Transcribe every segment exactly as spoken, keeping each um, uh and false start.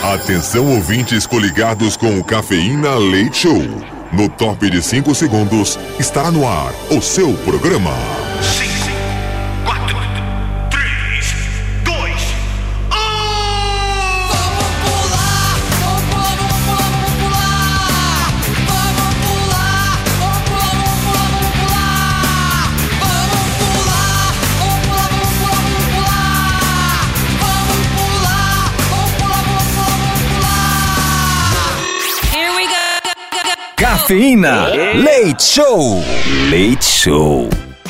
Atenção, ouvintes coligados com o Cafeína Leite Show. No top de cinco segundos, estará no ar o seu programa. cinco, quatro, três, dois, um. Vamos pular, vamos pular, vamos pular, vamos pular, vamos pular, vamos pular, vamos pular, vamos pular, vamos pular, vamos pular, vamos pular, vamos pular. Here we go. Cafeína Leite Show. Leite Show.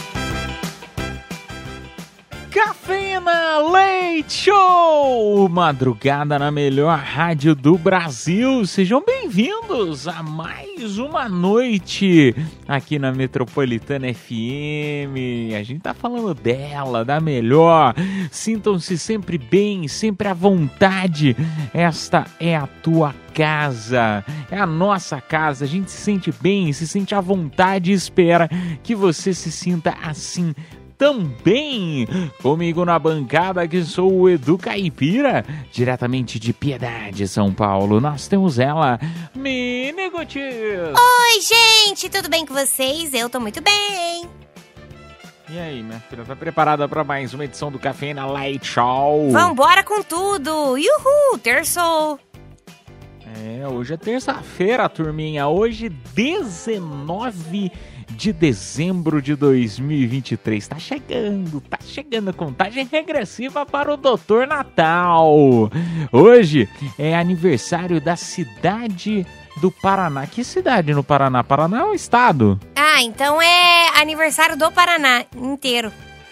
Cafeína Leite Show! Madrugada na melhor rádio do Brasil. Sejam bem-vindos a mais uma noite aqui na Metropolitana F M. A gente tá falando dela, da melhor. Sintam-se sempre bem, sempre à vontade. Esta é a tua casa, é a nossa casa. A gente se sente bem, se sente à vontade e espera que você se sinta assim também. Comigo na bancada, que sou o Edu Caipira, diretamente de Piedade, São Paulo. Nós temos ela, Mini Gutierrez. Oi, gente, tudo bem com vocês? Eu tô muito bem. E aí, minha filha, tá preparada para mais uma edição do Cafeína Leite Show? Vambora com tudo. Yuhu, terçou. É, hoje é terça-feira, turminha. Hoje, dezenove de dezembro de dois mil e vinte e três. Tá chegando, tá chegando a contagem regressiva para o Doutor Natal. Hoje é aniversário da cidade do Paraná. Que cidade no Paraná? Paraná é um estado. Ah, então é aniversário do Paraná inteiro.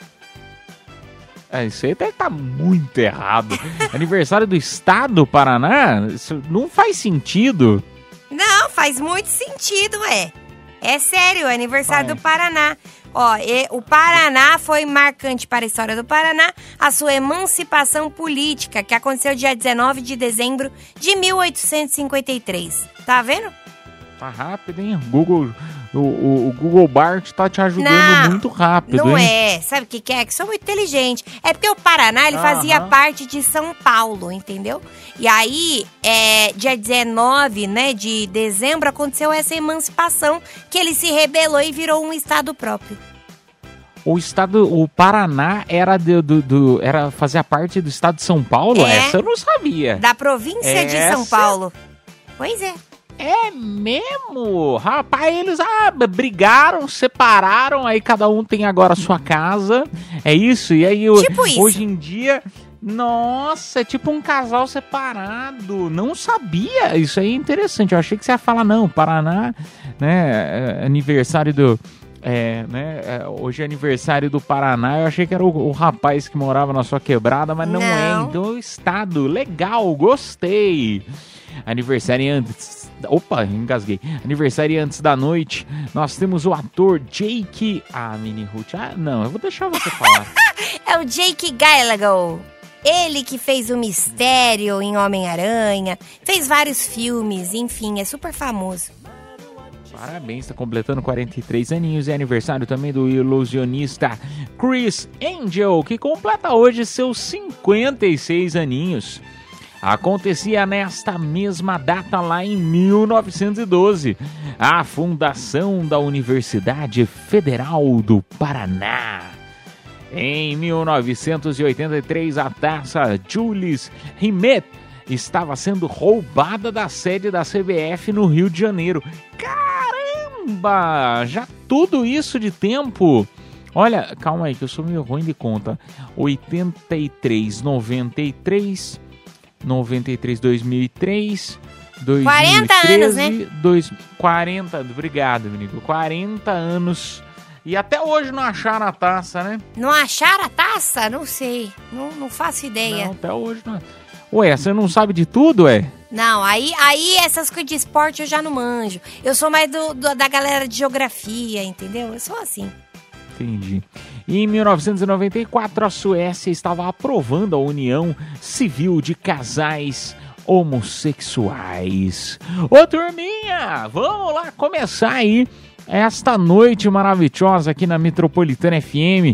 É, isso aí deve estar muito errado. Aniversário do estado do Paraná? Isso não faz sentido. Não, faz muito sentido, é. É sério, é aniversário Vai. do Paraná. Ó, e, o Paraná foi marcante para a história do Paraná, a sua emancipação política, que aconteceu dia dezenove de dezembro de mil oitocentos e cinquenta e três. Tá vendo? Tá rápido, hein? Google, o, o, o Google Bart tá te ajudando Não, muito rápido, Não hein? é. Sabe o que, que é? Que sou muito inteligente. É porque o Paraná, ele fazia Aham. parte de São Paulo, entendeu? E aí, é, dia dezenove, né, de dezembro, aconteceu essa emancipação, que ele se rebelou e virou um estado próprio. O estado, o Paraná era, do, do, do- era fazia parte do estado de São Paulo? É. Essa eu não sabia. Da província de São Essa? Paulo. Pois é. É mesmo? Rapaz, eles ah, brigaram, separaram, aí cada um tem agora a sua casa. É isso? E aí, o- Tipo isso. hoje em dia, nossa, é tipo um casal separado. Não sabia. Isso aí é interessante. Eu achei que você ia falar, não, Paraná, né? é aniversário do. É, né? é, hoje é aniversário do Paraná. Eu achei que era o, o rapaz que morava na sua quebrada, mas não, é. Não. Então, o estado. Legal, gostei. Aniversariantes. Opa, engasguei. Aniversariantes da noite, nós temos o ator Jake. Ah, Mini Ruth. Ah, não, eu vou deixar você falar. É o Jake Gyllenhaal. Ele que fez o Mistério em Homem-Aranha, fez vários filmes, enfim, é super famoso. Parabéns, tá completando quarenta e três aninhos. É aniversário também do ilusionista Chris Angel, que completa hoje seus cinquenta e seis aninhos. Acontecia nesta mesma data lá em mil novecentos e doze, a fundação da Universidade Federal do Paraná. Em mil novecentos e oitenta e três, a taça Jules Rimet estava sendo roubada da sede da C B F no Rio de Janeiro. Caramba! Já tudo isso de tempo. Olha, calma aí que eu sou meio ruim de conta. oitenta e três, noventa e três, noventa e três, dois mil e três, dois mil e treze, quarenta anos, né? dois, quarenta, obrigado, menino. quarenta anos. E até hoje não acharam a taça, né? Não acharam a taça? Não sei, não, não faço ideia. Não, até hoje não. Ué, você não sabe de tudo, ué? Não, aí, aí essas coisas de esporte eu já não manjo. Eu sou mais do, do- da galera de geografia, entendeu? Eu sou assim. Entendi. Em mil novecentos e noventa e quatro, a Suécia estava aprovando a união civil de casais homossexuais. Ô, turminha, vamos lá começar aí esta noite maravilhosa aqui na Metropolitana F M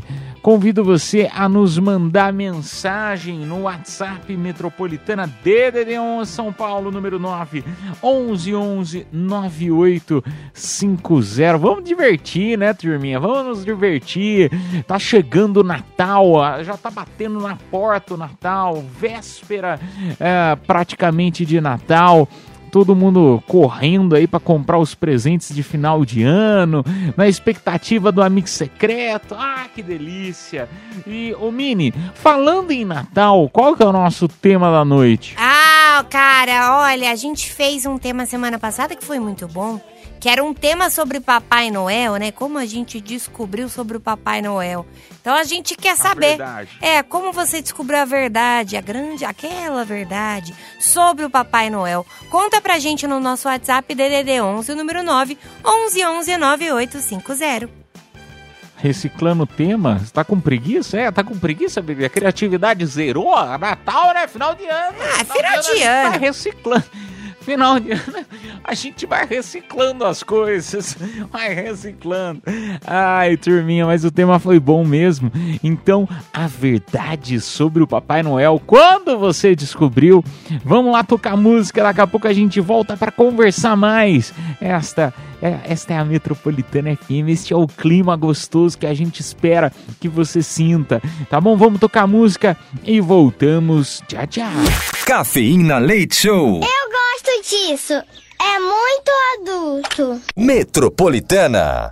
Convido você a nos mandar mensagem no WhatsApp Metropolitana D D D um São Paulo, número nove onze onze nove oito cinco zero. Vamos divertir, né, turminha? Vamos nos divertir. Tá chegando o Natal, já tá batendo na porta o Natal, véspera é, praticamente de Natal. Todo mundo correndo aí para comprar os presentes de final de ano, na expectativa do amigo secreto. Ah, que delícia! E, ô Mini, falando em Natal, qual que é o nosso tema da noite? Ah, cara, olha, a gente fez um tema semana passada que foi muito bom, que era um tema sobre Papai Noel, né? Como a gente descobriu sobre o Papai Noel. Então a gente quer saber, verdade. é, como você descobriu a verdade, a grande, aquela verdade sobre o Papai Noel. Conta pra gente no nosso WhatsApp D D D onze, o número nove onze onze nove oito cinco zero. Reciclando o tema? Você tá com preguiça? É, tá com preguiça, bebê? A criatividade zerou? Natal, né? Final de ano. Ah, final de ano. A gente ano. tá reciclando. Final de ano, a gente vai reciclando as coisas, vai reciclando. Ai, turminha, mas o tema foi bom mesmo. Então, a verdade sobre o Papai Noel, quando você descobriu? Vamos lá tocar música, daqui a pouco a gente volta para conversar mais. Esta, é, esta é a Metropolitana F M, este é o clima gostoso que a gente espera que você sinta. Tá bom? Vamos tocar música e voltamos. Tchau, tchau. Cafeína Leite Show. Eu gosto disso. É muito adulto. Metropolitana.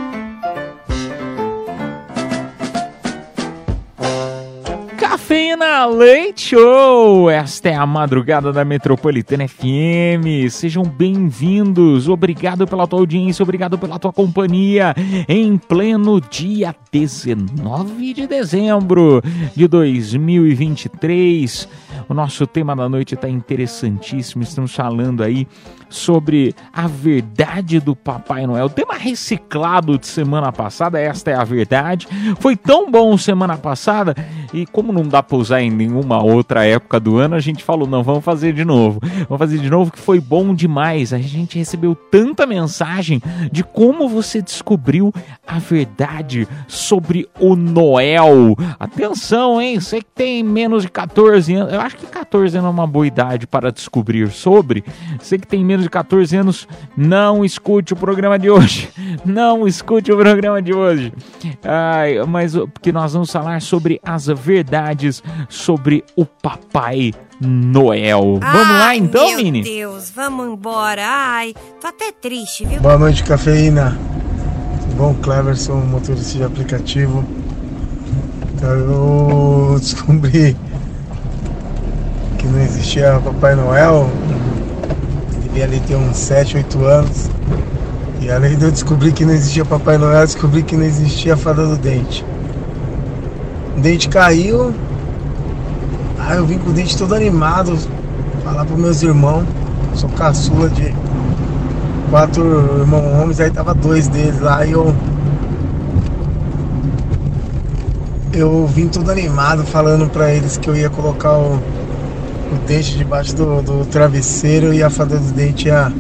Cafeína Leite Show. Esta é a madrugada da Metropolitana F M. Sejam bem-vindos. Obrigado pela tua audiência, obrigado pela tua companhia. Em pleno dia dezenove de dezembro de dois mil e vinte e três. O nosso tema da noite está interessantíssimo. Estamos falando aí sobre a verdade do Papai Noel. O tema reciclado de semana passada, esta é a verdade. Foi tão bom semana passada e como não dá para usar em nenhuma outra época do ano, a gente falou, não, vamos fazer de novo. Vamos fazer de novo que foi bom demais. A gente recebeu tanta mensagem de como você descobriu a verdade sobre o Noel. Atenção, hein? Você que tem menos de catorze anos, eu acho que catorze anos é uma boa idade para descobrir sobre. Você que tem menos de catorze anos, não escute o programa de hoje. Não escute o programa de hoje. Ai, mas porque nós vamos falar sobre as verdades sobre o Papai Noel. Ai, vamos lá então, Mini? Meu Deus, vamos embora. Ai, tô até triste, viu? Boa noite, Cafeína. Tudo bom? Cleverson, motorista de aplicativo. Então, eu descobri que não existia Papai Noel. Devia ali ter uns sete, oito anos. E além de eu descobrir que não existia Papai Noel, eu descobri que não existia a Fada do Dente. O dente caiu. Aí eu vim com o dente todo animado falar pros meus irmãos. Sou caçula de quatro irmãos homens, aí tava dois deles lá e eu eu vim todo animado falando pra eles que eu ia colocar o, o dente debaixo do, do travesseiro e a Fada do Dente ia,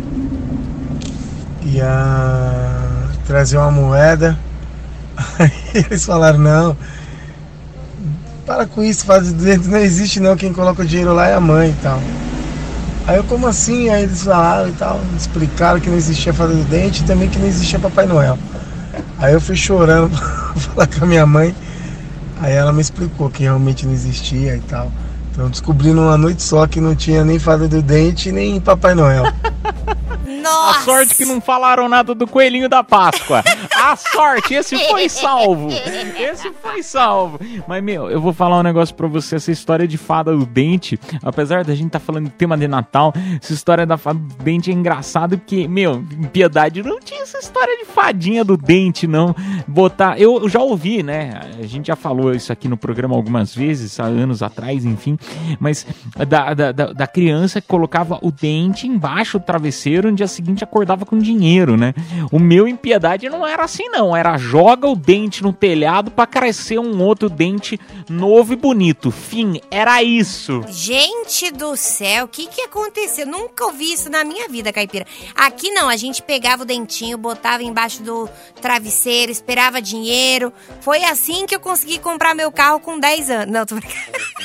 ia trazer uma moeda. Aí eles falaram, não, para com isso, Fada do Dente não existe não, quem coloca o dinheiro lá é a mãe e tal. Aí eu, como assim? Aí eles falaram e tal, explicaram que não existia Fada do Dente e também que não existia Papai Noel. Aí eu fui chorando pra falar com a minha mãe, aí ela me explicou que realmente não existia e tal. Então eu descobri numa noite só que não tinha nem Fada do Dente nem Papai Noel. Nossa! A sorte que não falaram nada do Coelhinho da Páscoa. A sorte, esse foi salvo. Esse foi salvo. Mas, meu, eu vou falar um negócio pra você. Essa história de Fada do Dente, apesar da gente tá falando de tema de Natal, essa história da Fada do Dente é engraçada porque, meu, em Piedade não tinha essa história de fadinha do dente, não. Botar... Eu já ouvi, né? A gente já falou isso aqui no programa algumas vezes, há anos atrás, enfim. Mas da, da, da criança que colocava o dente embaixo do travesseiro, no dia seguinte acordava com dinheiro, né? O meu em Piedade não era assim não, era joga o dente no telhado pra crescer um outro dente novo e bonito. Fim, era isso. Gente do céu, o que que aconteceu? Nunca ouvi isso na minha vida, Caipira. Aqui não, a gente pegava o dentinho, botava embaixo do travesseiro, esperava dinheiro. Foi assim que eu consegui comprar meu carro com dez anos. Não, tô brincando.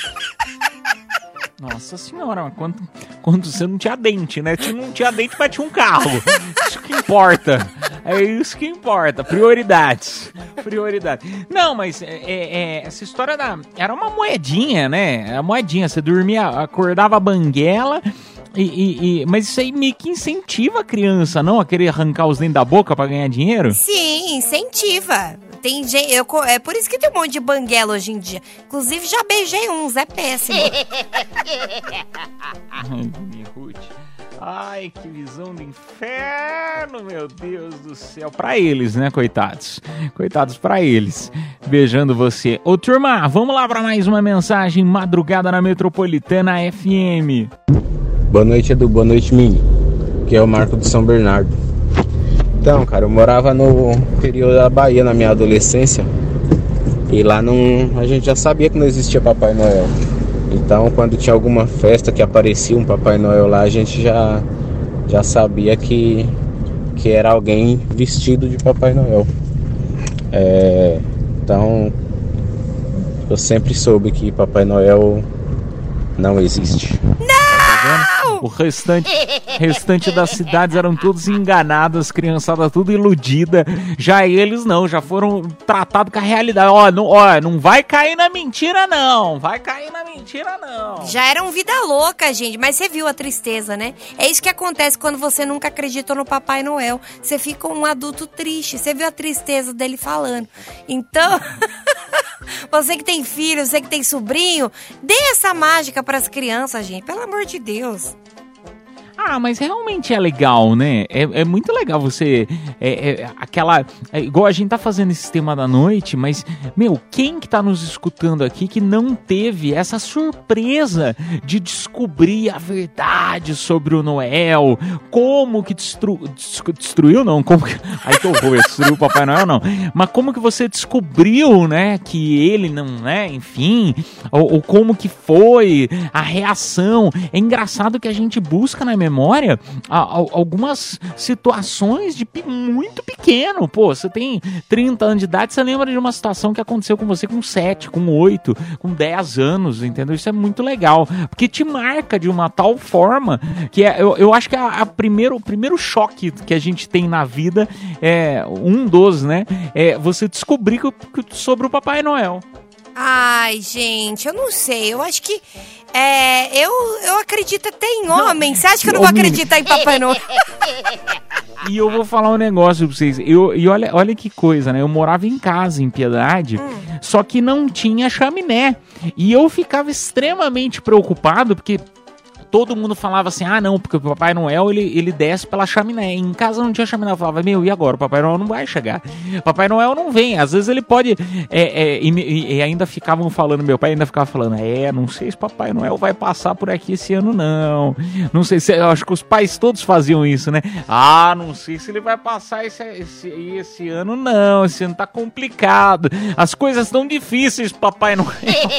Nossa senhora, mas quando, quando você não tinha dente, né? Tinha, não tinha dente, mas tinha um carro. Isso que importa. É isso que importa. Prioridades. Prioridades. Não, mas é, é, essa história da... Era uma moedinha, né? A moedinha. Você dormia, acordava a banguela... E, e, e, mas isso aí meio que incentiva a criança, não? A querer arrancar os dentes da boca pra ganhar dinheiro? Sim, incentiva. Tem gente, eu, é por isso que tem um monte de banguela hoje em dia. Inclusive, já beijei uns, é péssimo. Ai, Ruth. Ai, que visão do inferno, meu Deus do céu. Pra eles, né, coitados? Coitados pra eles. Beijando você. Ô, turma, vamos lá pra mais uma mensagem. Madrugada na Metropolitana F M. Boa noite, Edu. Boa noite, Mini. Que é o Marco de São Bernardo. Então, cara, eu morava no interior da Bahia na minha adolescência. E lá não, a gente já sabia que não existia Papai Noel. Então, quando tinha alguma festa que aparecia um Papai Noel lá, a gente já, já sabia que, que era alguém vestido de Papai Noel. É, então, eu sempre soube que Papai Noel não existe. O restante, restante das cidades eram todos enganadas, criançada tudo iludida. Já eles não, já foram tratados com a realidade. Ó, não, ó, não vai cair na mentira não, vai cair na mentira não. Já eram vida louca, gente, mas você viu a tristeza, né? É isso que acontece quando você nunca acreditou no Papai Noel. Você fica um adulto triste, você viu a tristeza dele falando. Então, você que tem filho, você que tem sobrinho, dê essa mágica pras crianças, gente, pelo amor de Deus. Ah, mas realmente é legal, né? É, é muito legal você... É, é, aquela... É, igual a gente tá fazendo esse tema da noite, mas, meu, quem que tá nos escutando aqui que não teve essa surpresa de descobrir a verdade sobre o Noel? Como que destru... destruiu, não? Como que... Aí que eu vou destruir o Papai Noel, não. Mas como que você descobriu, né, que ele não, né, enfim... Ou, ou como que foi a reação? É engraçado que a gente busca na memória a, a, algumas situações de muito pequeno. Pô, você tem trinta anos de idade, você lembra de uma situação que aconteceu com você com sete, com oito, com dez anos, entendeu? Isso é muito legal, porque te marca de uma tal forma que é, eu, eu acho que a, a primeiro, o primeiro choque que a gente tem na vida é um dos, né? É você descobrir que, que, sobre o Papai Noel. Ai, gente, eu não sei, eu acho que é, eu, eu acredito até em homem. Você acha que eu não vou acreditar em Papai Noel? E eu vou falar um negócio pra vocês. Eu, e olha, olha que coisa, né? Eu morava em casa, em Piedade, hum. só que não tinha chaminé. E eu ficava extremamente preocupado, porque... todo mundo falava assim, ah não, porque o Papai Noel, ele, ele desce pela chaminé. Em casa não tinha chaminé, eu falava, meu, e agora? O Papai Noel não vai chegar. Papai Noel não vem, às vezes ele pode, é, é, e, e ainda ficavam falando, meu pai ainda ficava falando, é, não sei se Papai Noel vai passar por aqui esse ano não. Não sei se, eu acho que os pais todos faziam isso, né? Ah, não sei se ele vai passar esse, esse, esse ano não, esse ano tá complicado. As coisas estão difíceis, Papai Noel.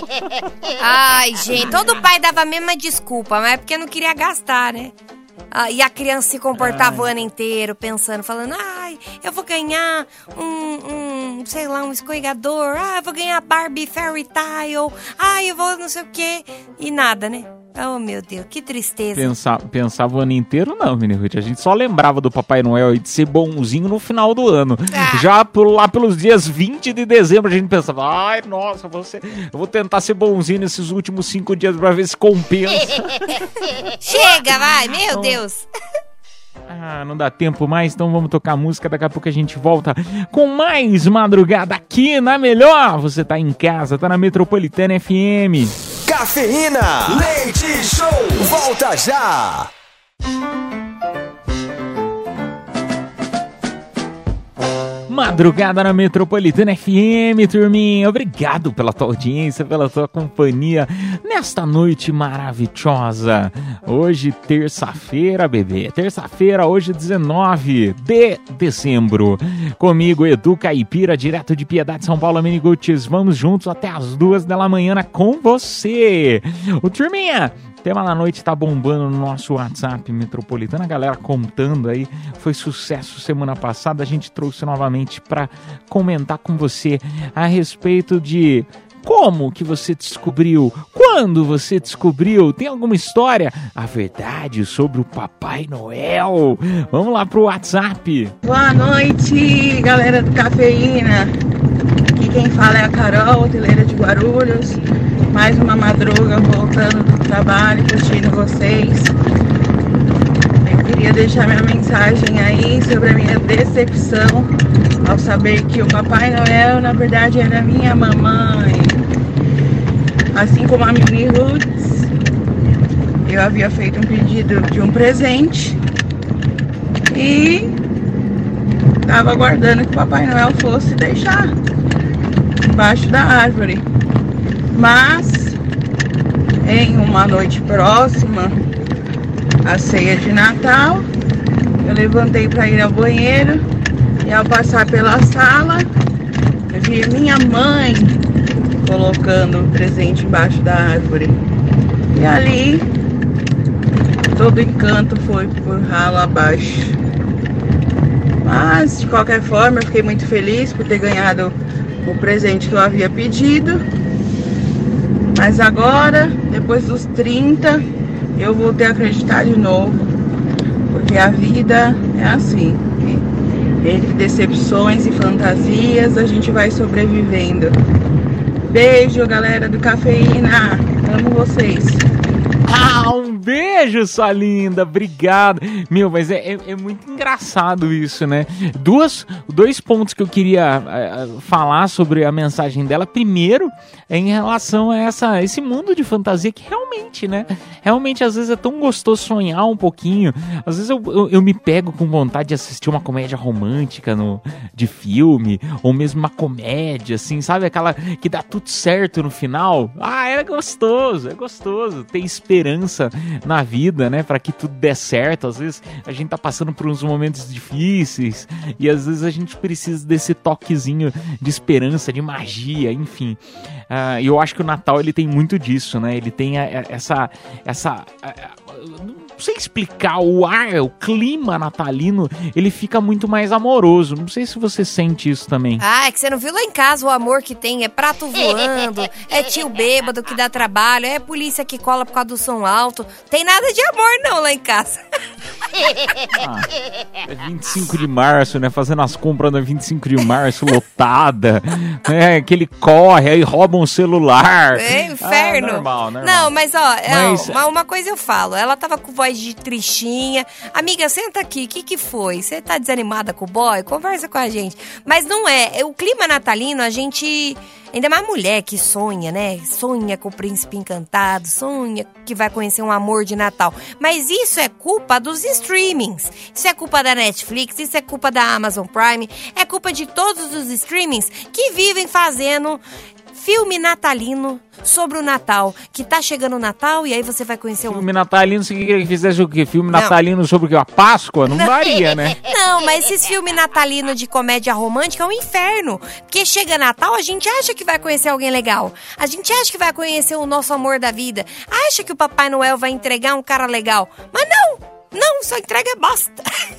Ai, gente, todo pai dava a mesma desculpa, mas porque não queria gastar, né? Ah, e a criança se comportava ai. o ano inteiro pensando, falando, ai, eu vou ganhar um, um, sei lá, um escorregador, ah, eu vou ganhar Barbie Fairy Tile, ai, eu vou não sei o quê, e nada, né? Oh, meu Deus, que tristeza. Pensa, pensava o ano inteiro, não, menino Ruth. A gente só lembrava do Papai Noel e de ser bonzinho no final do ano. Ah. Já por, lá pelos dias vinte de dezembro, a gente pensava, ai, nossa, você, eu vou tentar ser bonzinho nesses últimos cinco dias pra ver se compensa. Chega, vai, meu então, Deus. Ah, não dá tempo mais, então vamos tocar música. Daqui a pouco a gente volta com mais madrugada aqui na Melhor. Você tá em casa, tá na Metropolitana F M. Cafeína, Leite Show, volta já! Madrugada na Metropolitana F M, turminha. Obrigado pela tua audiência, pela tua companhia nesta noite maravilhosa. Hoje, terça-feira, bebê. Terça-feira, hoje, dezenove de dezembro. Comigo, Edu Caipira, direto de Piedade, São Paulo, Miniguts. Vamos juntos até as duas da manhã com você. O turminha, tema da noite tá bombando no nosso WhatsApp Metropolitana, a galera contando aí, foi sucesso semana passada, a gente trouxe novamente para comentar com você a respeito de como que você descobriu, quando você descobriu, tem alguma história, a verdade sobre o Papai Noel. Vamos lá pro WhatsApp. Boa noite, galera do Cafeína. Aqui quem fala é a Carol, hoteleira de Guarulhos. Mais uma madruga voltando do trabalho, curtindo vocês. Eu queria deixar minha mensagem aí sobre a minha decepção ao saber que o Papai Noel, na verdade, era minha mamãe. Assim como a Mini Roots, eu havia feito um pedido de um presente e estava aguardando que o Papai Noel fosse deixar embaixo da árvore. Mas, em uma noite próxima à ceia de Natal, eu levantei para ir ao banheiro e ao passar pela sala, eu vi minha mãe colocando o presente embaixo da árvore. E ali, todo encanto foi por ralo abaixo. Mas, de qualquer forma, eu fiquei muito feliz por ter ganhado o presente que eu havia pedido. Mas agora, depois dos trinta, eu voltei a acreditar de novo. Porque a vida é assim. Entre decepções e fantasias, a gente vai sobrevivendo. Beijo, galera do Cafeína. Amo vocês. Ah, um beijo, sua linda, obrigado. Meu, mas é, é, é muito engraçado isso, né? Duas, dois pontos que eu queria uh, falar sobre a mensagem dela. Primeiro, é em relação a essa, esse mundo de fantasia que realmente, né? Realmente, às vezes é tão gostoso sonhar um pouquinho. Às vezes eu, eu, eu me pego com vontade de assistir uma comédia romântica no, de filme, ou mesmo uma comédia, assim, sabe? Aquela que dá tudo certo no final. Ah, é gostoso, é gostoso. Tem esperança na vida, né, para que tudo dê certo. Às vezes a gente tá passando por uns momentos difíceis e às vezes a gente precisa desse toquezinho de esperança, de magia, enfim. Uh, eu acho que o Natal ele tem muito disso, né? Ele tem a, a, essa, essa, a, a, não sei explicar, o ar, o clima natalino, ele fica muito mais amoroso. Não sei se você sente isso também. Ah, é que você não viu lá em casa o amor que tem, é prato voando, é tio bêbado que dá trabalho, é polícia que cola por causa do som alto. Tem nada de amor não lá em casa. Ah, é vinte e cinco de março, né? Fazendo as compras no vinte e cinco de março, lotada, né? Que ele corre, aí rouba um celular. É inferno. Ah, normal, normal. Não, mas ó, mas... Ó, uma coisa eu falo, ela tava com voz de tristinha. Amiga, senta aqui, o que que foi? Você tá desanimada com o boy? Conversa com a gente. Mas não é, o clima natalino, a gente... Ainda mais mulher que sonha, né? Sonha com o príncipe encantado, sonha que vai conhecer um amor de Natal. Mas isso é culpa dos streamings. Isso é culpa da Netflix, isso é culpa da Amazon Prime. É culpa de todos os streamings que vivem fazendo filme natalino sobre o Natal. Que tá chegando o Natal e aí você vai conhecer um... Filme natalino, você queria que fizesse o quê? Filme não. natalino sobre o quê? A Páscoa? Não, não daria, né? Não, mas esses filmes natalinos de comédia romântica é um inferno. Porque chega Natal, a gente acha que vai conhecer alguém legal. A gente acha que vai conhecer o nosso amor da vida. Acha que o Papai Noel vai entregar um cara legal. Mas não! Não, só entrega bosta.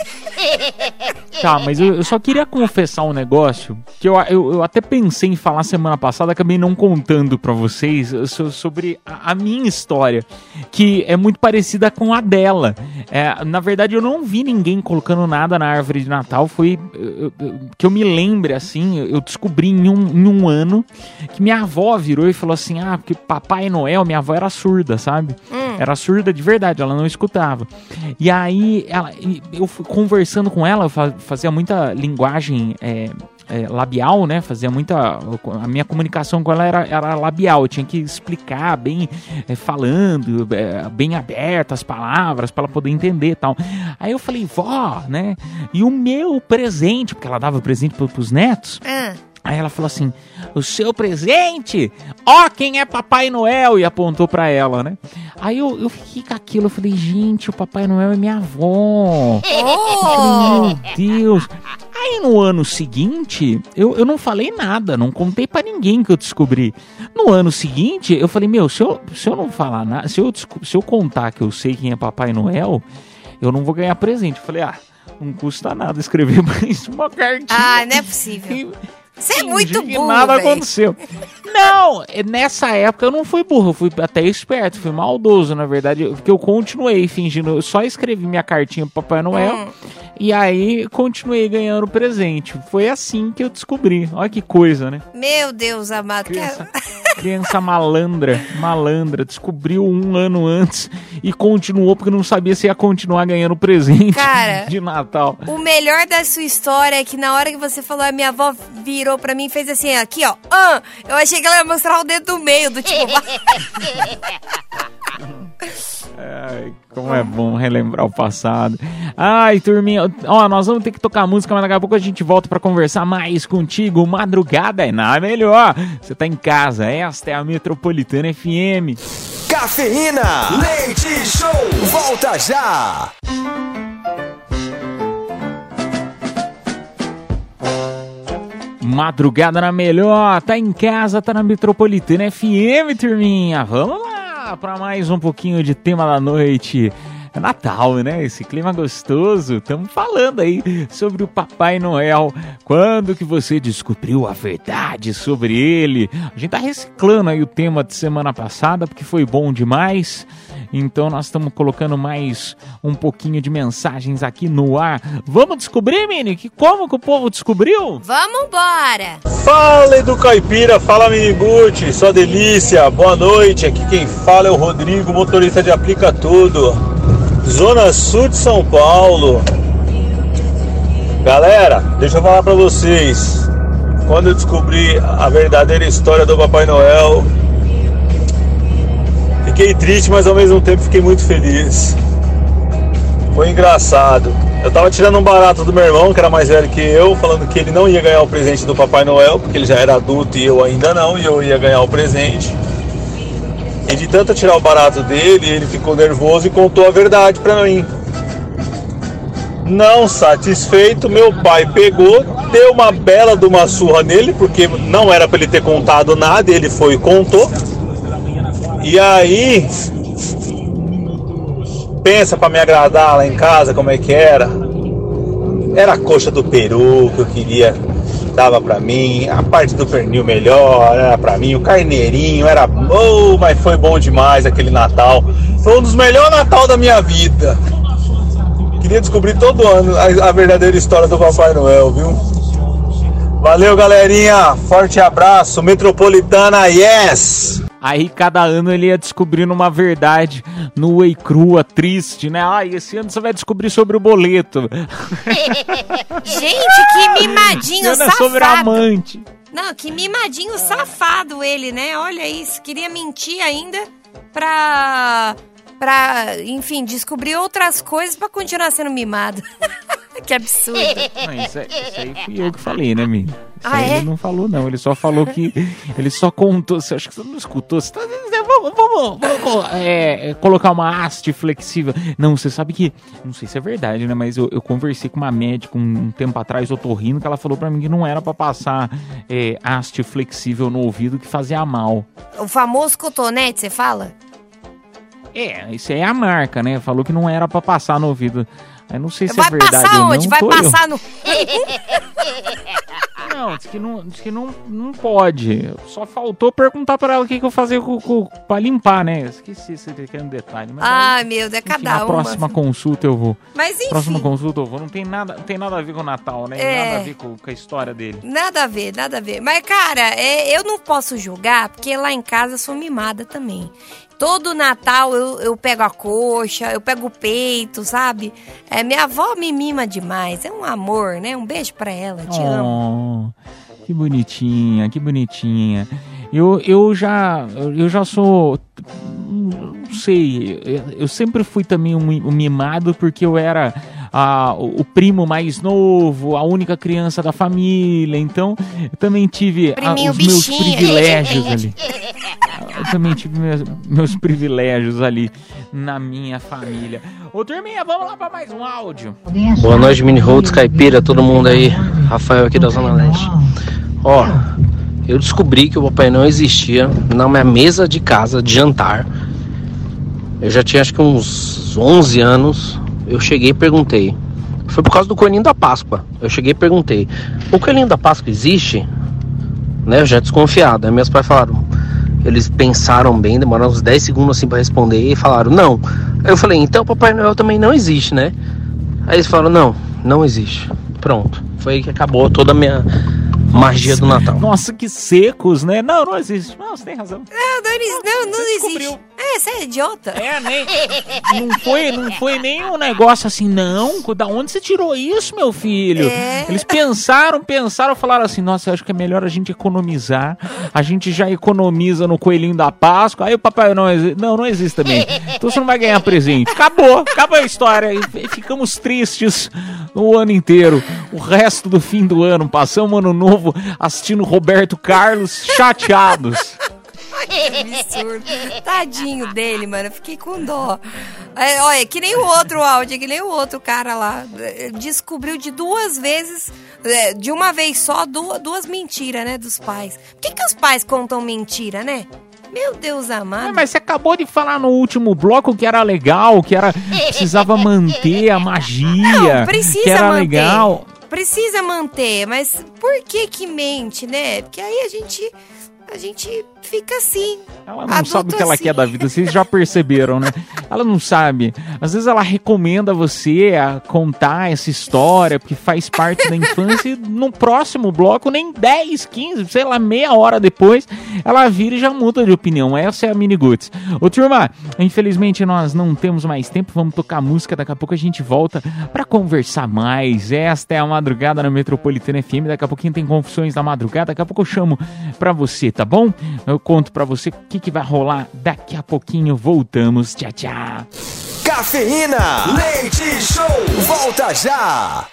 Tá, mas eu, eu só queria confessar um negócio que eu, eu, eu até pensei em falar semana passada, acabei não contando pra vocês so, sobre a, a minha história, que é muito parecida com a dela. É, na verdade, eu não vi ninguém colocando nada na árvore de Natal. Foi eu, eu, que eu me lembre, assim, eu descobri em um, em um ano que minha avó virou e falou assim: ah, porque Papai Noel, minha avó era surda, sabe? Hum. Era surda de verdade, ela não escutava. E aí, ela, eu fui conversando com ela, eu fazia muita linguagem é, é, labial, né? Fazia muita... A minha comunicação com ela era, era labial. Eu tinha que explicar bem, é, falando, é, bem aberto as palavras para ela poder entender e tal. Aí eu falei, vó, né? E o meu presente, porque ela dava presente pro, pros netos... Ah. Aí ela falou assim, o seu presente? Ó, quem é Papai Noel? E apontou pra ela, né? Aí eu, eu fiquei com aquilo, eu falei, gente, o Papai Noel é minha avó. Oh! Falei, meu Deus. Aí no ano seguinte, eu, eu não falei nada, não contei pra ninguém que eu descobri. No ano seguinte, eu falei, meu, se eu, se eu não falar nada, se eu, se eu contar que eu sei quem é Papai Noel, eu não vou ganhar presente. Eu falei, ah, não custa nada escrever mais uma cartinha. Ah, não é possível. Você é muito burro, nada véio. aconteceu. Não, nessa época eu não fui burro, eu fui até esperto, fui maldoso, na verdade, porque eu continuei fingindo, eu só escrevi minha cartinha pro Papai Noel hum. e aí continuei ganhando presente. Foi assim que eu descobri. Olha que coisa, né? Meu Deus amado. Criança, criança malandra, malandra, descobriu um ano antes e continuou porque não sabia se ia continuar ganhando presente. Cara, de Natal. O melhor da sua história é que na hora que você falou, a minha avó virou pra mim e fez assim, aqui ó, ah, eu achei que ela ia mostrar o dedo do meio, do tipo... Ai, como é bom relembrar o passado. Ai, turminha, ó, nós vamos ter que tocar música, mas daqui a pouco a gente volta pra conversar mais contigo. Madrugada é nada melhor. Você tá em casa, esta é a Metropolitana F M. Cafeína, leite show, volta já. Madrugada na melhor, tá em casa, tá na Metropolitana F M, turminha. Vamos lá pra mais um pouquinho de tema da noite. É Natal, né? Esse clima gostoso. Estamos falando aí sobre o Papai Noel. Quando que você descobriu a verdade sobre ele? A gente tá reciclando aí o tema de semana passada, porque foi bom demais. Então nós estamos colocando mais um pouquinho de mensagens aqui no ar. Vamos descobrir, Mini? Que como que o povo descobriu? Vamos embora! Fala, Edu Caipira, fala, Miniguti, sua delícia, boa noite. Aqui quem fala é o Rodrigo, motorista de Aplica Tudo, Zona Sul de São Paulo. Galera, deixa eu falar pra vocês. Quando eu descobri a verdadeira história do Papai Noel, fiquei triste, mas ao mesmo tempo fiquei muito feliz. Foi engraçado. Eu tava tirando um barato do meu irmão, que era mais velho que eu, falando que ele não ia ganhar o presente do Papai Noel, porque ele já era adulto e eu ainda não, e eu ia ganhar o presente. E de tanto tirar o barato dele, ele ficou nervoso e contou a verdade pra mim. Não satisfeito, meu pai pegou, deu uma bela de uma surra nele, porque não era pra ele ter contado nada, ele foi e contou. E aí, pensa pra me agradar lá em casa como é que era. Era a coxa do peru que eu queria, dava pra mim, a parte do pernil melhor era pra mim, o carneirinho era bom, mas foi bom demais aquele Natal. Foi um dos melhores Natal da minha vida. Queria descobrir todo ano a, a verdadeira história do Papai Noel, viu? Valeu, galerinha, forte abraço, Metropolitana, yes! Aí cada ano ele ia descobrindo uma verdade nua e crua, triste, né? Ai, esse ano você vai descobrir sobre o boleto. Gente, que mimadinho esse ano é safado. sobre amante. Não, que mimadinho safado ele, né? Olha isso, queria mentir ainda pra, pra enfim, descobrir outras coisas pra continuar sendo mimado. Que absurdo. Não, isso, é, isso aí fui eu que falei, né, menino? Isso ah, aí é? Ele não falou, não. Ele só falou que... Ele só contou... Você acha que você não escutou? Você tá, vamos vamos, vamos é, colocar uma haste flexível. Não, você sabe que... Não sei se é verdade, né? Mas eu, eu conversei com uma médica um, um tempo atrás, otorrino, que ela falou pra mim que não era pra passar é, haste flexível no ouvido, que fazia mal. O famoso cotonete, você fala? É, isso aí é a marca, né? Falou que não era pra passar no ouvido. Eu não sei se vai é verdade passar ou onde? não. Vai Tô passar eu. no... Não, diz que não, diz que não, não pode. Só faltou perguntar pra ela o que, que eu fazia com, com, pra limpar, né? Esqueci esse pequeno detalhe. Mas ah, aí, meu Deus, é enfim, cada na uma. próxima consulta eu vou. Mas enfim. Próxima consulta eu vou. Não tem nada, não tem nada a ver com o Natal, né? É. Nada a ver com, com a história dele. Nada a ver, nada a ver. Mas, cara, é, eu não posso julgar, porque lá em casa eu sou mimada também. Todo Natal eu, eu pego a coxa, eu pego o peito, sabe? É, minha avó me mima demais, é um amor, né? Um beijo pra ela, te oh, amo. Que bonitinha, que bonitinha. Eu, eu, já, eu já sou, não sei, eu sempre fui também um, um mimado porque eu era a, o primo mais novo, a única criança da família, então eu também tive a, os meus privilégios ali. Eu também tive meus, meus privilégios ali na minha família. Ô, turminha, vamos lá para mais um áudio. Boa noite, Mini Holtz, Caipira, todo mundo aí. Rafael aqui da Zona Leste. Ó, eu descobri que o Papai Noel existia na minha mesa de casa de jantar. Eu já tinha acho que uns onze anos. Eu cheguei e perguntei. Foi por causa do Coelhinho da Páscoa. Eu cheguei e perguntei: o Coelhinho da Páscoa existe? Né, eu já desconfiado. Aí meus pais falaram. Eles pensaram bem, demoraram uns dez segundos assim pra responder e falaram não. Aí eu falei, então o Papai Noel também não existe, né? Aí eles falaram, não, não existe. Pronto. Foi aí que acabou toda a minha magia do Natal. Nossa, que secos, né? Não, não existe. Não, você tem razão. Não, não, não, não existe. É, você é idiota. É, nem... Não foi, não foi nem um negócio assim, não. Da onde você tirou isso, meu filho? É. Eles pensaram, pensaram, falaram assim, nossa, eu acho que é melhor a gente economizar. A gente já economiza no Coelhinho da Páscoa. Aí o Papai não existe. Não, não existe também. Então você não vai ganhar presente. Acabou, acabou a história. E ficamos tristes o ano inteiro. O resto do fim do ano, passamos um ano novo assistindo Roberto Carlos, chateados. Que absurdo. Tadinho dele, mano. Eu fiquei com dó. É, olha, que nem o outro áudio, que nem o outro cara lá. Descobriu de duas vezes, de uma vez só, duas, duas mentiras, né, dos pais. Por que, que os pais contam mentira, né? Meu Deus amado. É, mas você acabou de falar no último bloco que era legal, que era precisava manter a magia. Não, precisa que era manter. legal. Precisa manter, mas por que que mente, né? Porque aí a gente... A gente fica assim. Ela não sabe o que ela assim. quer da vida, vocês já perceberam, né? Ela não sabe. Às vezes ela recomenda você a contar essa história, porque faz parte da infância, e no próximo bloco, nem dez, quinze, sei lá, meia hora depois, ela vira e já muda de opinião. Essa é a Mini Guts. Ô, turma, infelizmente nós não temos mais tempo, vamos tocar música, daqui a pouco a gente volta pra conversar mais. Esta é a Madrugada na Metropolitana F M, daqui a pouquinho tem Confissões da Madrugada, daqui a pouco eu chamo pra você, tá bom? Eu conto pra você o que, que vai rolar daqui a pouquinho. Voltamos. Tchau, tchau. Cafeína, leite show, volta já.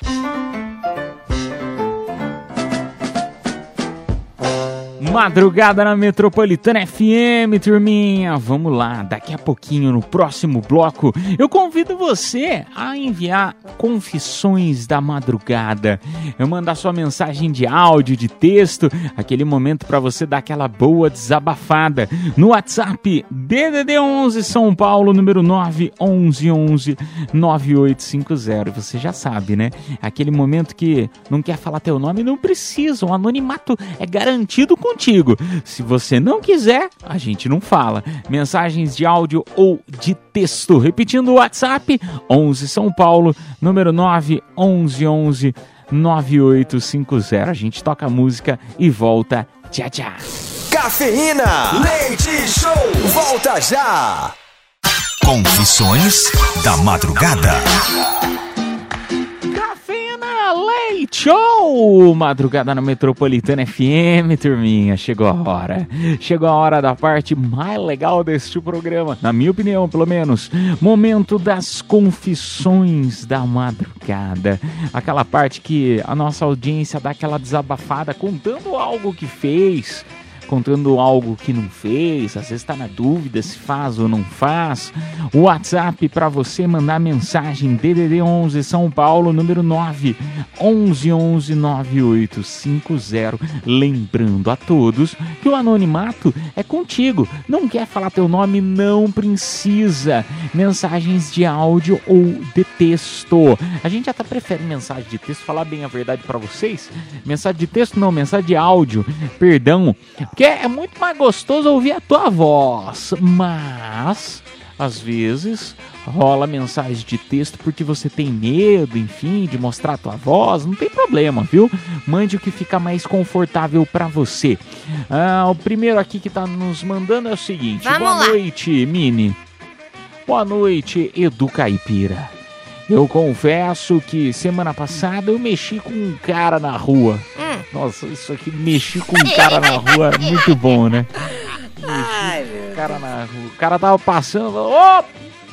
Madrugada na Metropolitana F M, turminha. Vamos lá, daqui a pouquinho, no próximo bloco, eu convido você a enviar confissões da madrugada. Eu mandar sua mensagem de áudio, de texto, aquele momento para você dar aquela boa desabafada. No WhatsApp, D D D onze São Paulo, número nove onze onze nove oito cinco zero. Você já sabe, né? Aquele momento que não quer falar teu nome, não precisa. O anonimato é garantido contigo. Se você não quiser, a gente não fala. Mensagens de áudio ou de texto. Repetindo o WhatsApp, onze São Paulo, número nove onze onze nove oito cinco zero. A gente toca a música e volta. Tchau, tchau. Cafeína, leite show, volta já. Confissões da Madrugada. Leite Show! Madrugada na Metropolitana F M, turminha. Chegou a hora. Chegou a hora da parte mais legal deste programa, na minha opinião, pelo menos. Momento das confissões da madrugada. Aquela parte que a nossa audiência dá aquela desabafada, contando algo que fez, contando algo que não fez, às vezes está na dúvida se faz ou não faz. O WhatsApp para você mandar mensagem, D D D onze São Paulo, número nove onze onze nove oito cinco zero. Lembrando a todos que o anonimato é contigo. Não quer falar teu nome? Não precisa. Mensagens de áudio ou de texto. A gente até prefere mensagem de texto, falar bem a verdade para vocês. Mensagem de texto não, mensagem de áudio, perdão. Porque é muito mais gostoso ouvir a tua voz, mas às vezes rola mensagem de texto porque você tem medo, enfim, de mostrar a tua voz, não tem problema, viu? Mande o que fica mais confortável pra você. Ah, o primeiro aqui que tá nos mandando é o seguinte. Vamos Boa lá. noite, Mini. Boa noite, Edu Caipira. Eu confesso que semana passada eu mexi com um cara na rua. Hum. Nossa, isso aqui, mexi com um cara na rua, é muito bom, né? Ai, meu O cara na rua, o cara tava passando, ô,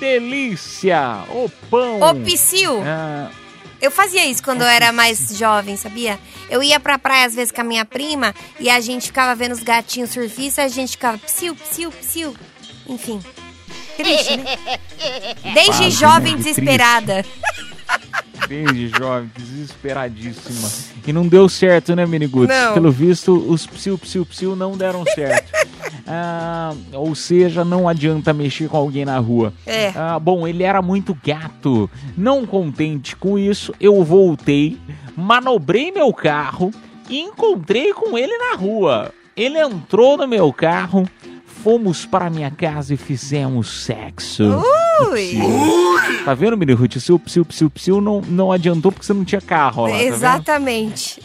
delícia, ô pão. Ô, Psyu, Ah, eu fazia isso quando eu era mais jovem, sabia? Eu ia pra praia às vezes com a minha prima e a gente ficava vendo os gatinhos surfistas, a gente ficava psiu, psiu, psiu. Enfim, triste, né? Desde Fase jovem muito desesperada. Desde jovem, desesperadíssima. E não deu certo, né, Miniguts? Não. Pelo visto, os psiu, psiu, psiu não deram certo. Ah, ou seja, não adianta mexer com alguém na rua. É. Ah, bom, ele era muito gato. Não contente com isso, eu voltei, manobrei meu carro e encontrei com ele na rua. Ele entrou no meu carro, fomos para minha casa e fizemos sexo. Ui! Tá vendo, Mini Ruth? O seu psiu, psiu, psiu não, não adiantou porque você não tinha carro lá, tá vendo? Exatamente.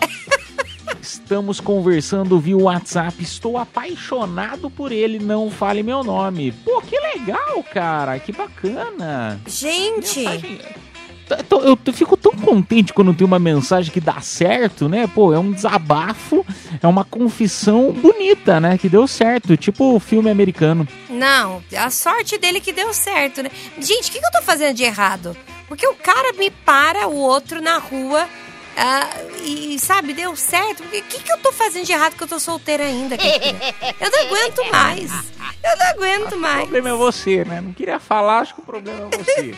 Estamos conversando via WhatsApp. Estou apaixonado por ele. Não fale meu nome. Pô, que legal, cara. Que bacana. Gente, Mensagem- Eu, tô- eu tô- fico tão contente quando tem uma mensagem que dá certo, né? Pô, é um desabafo, é uma confissão bonita, né? Que deu certo, tipo o filme americano. não, a sorte dele que deu certo, né? Gente, o que, que eu tô fazendo de errado? Porque o cara me para, o outro na rua, ah, e, sabe, deu certo. O que, que eu tô fazendo de errado que eu tô solteira ainda, Caipira? Eu não aguento mais. Eu não aguento O mais. problema é você, né? Não queria falar, acho que o problema é você.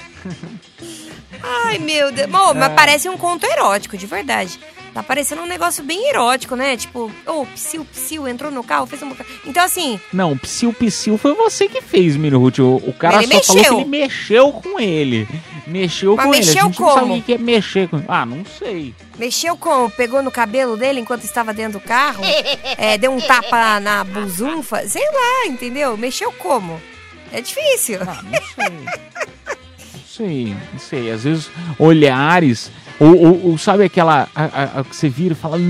Ai, meu Deus. Bom, mas parece um conto erótico, de verdade. Tá parecendo um negócio bem erótico, né? Tipo, ô, oh, psiu, psiu, entrou no carro, fez um... Então, assim, Não, psiu, psiu foi você que fez, Mini Ruth. O, o cara Ele só mexeu. falou que ele mexeu com ele. Mexeu Mas com ele. mexeu A gente não sabe como? o que que é mexer com... Ah, não sei. mexeu como? Pegou no cabelo dele enquanto estava dentro do carro? É, deu um tapa na busunfa? Sei lá, entendeu? Mexeu como? É difícil. Ah, não sei. Não sei, não sei. Às vezes, olhares... Ou, ou- ou sabe aquela... A, a- a que você vira e fala...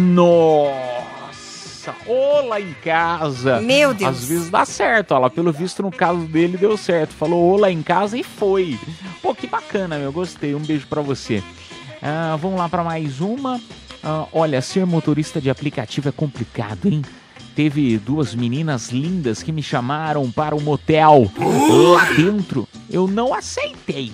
Nossa! Ô, lá em casa! Meu Deus. Às vezes dá certo. Ó, lá, pelo visto, no caso dele, deu certo. Falou ô lá em casa e foi. Pô, que bacana, meu. Gostei. Um beijo pra você. Ah, vamos lá pra mais uma. Ah, olha, ser motorista de aplicativo é complicado, hein? Teve duas meninas lindas que me chamaram para um motel lá dentro. Eu não aceitei.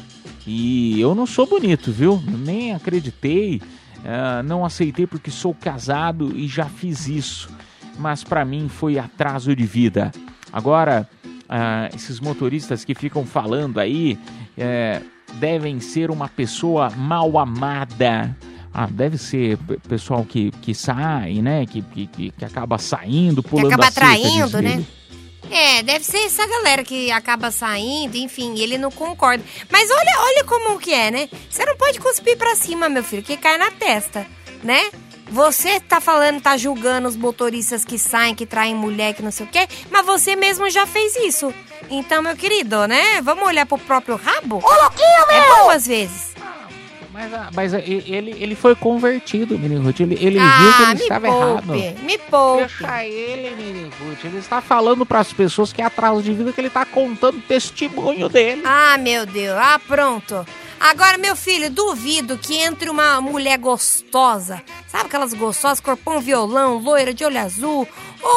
E eu não sou bonito, viu? Nem acreditei. Ah, não aceitei porque sou casado e já fiz isso. Mas pra mim foi atraso de vida. Agora, ah, esses motoristas que ficam falando aí é, devem ser uma pessoa mal amada. Ah, deve ser p- pessoal que, que sai, né? Que, que, que, que acaba saindo, Que pulando acaba a cerca, diz traindo, né? ele. É, deve ser essa galera que acaba saindo, enfim, ele não concorda. Mas olha, olha como que é, né? Você não pode cuspir pra cima, meu filho, que cai na testa, né? Você tá falando, tá julgando os motoristas que saem, que traem mulher, que não sei o quê, mas você mesmo já fez isso. Então, meu querido, né? Vamos olhar pro próprio rabo? Ô, louquinho, meu! É bom às vezes. Mas, ah, mas ah, e- ele, ele foi convertido, Mini Ruth. Ele, ele ah, viu que ele me estava poupe, errado. me poupe. Deixa ele, Mini Ruth. Ele está falando para as pessoas que é atraso de vida, que ele está contando testemunho dele. Ah, meu Deus. Ah, pronto. Agora, meu filho, duvido que entre uma mulher gostosa, sabe aquelas gostosas, corpão violão, loira de olho azul,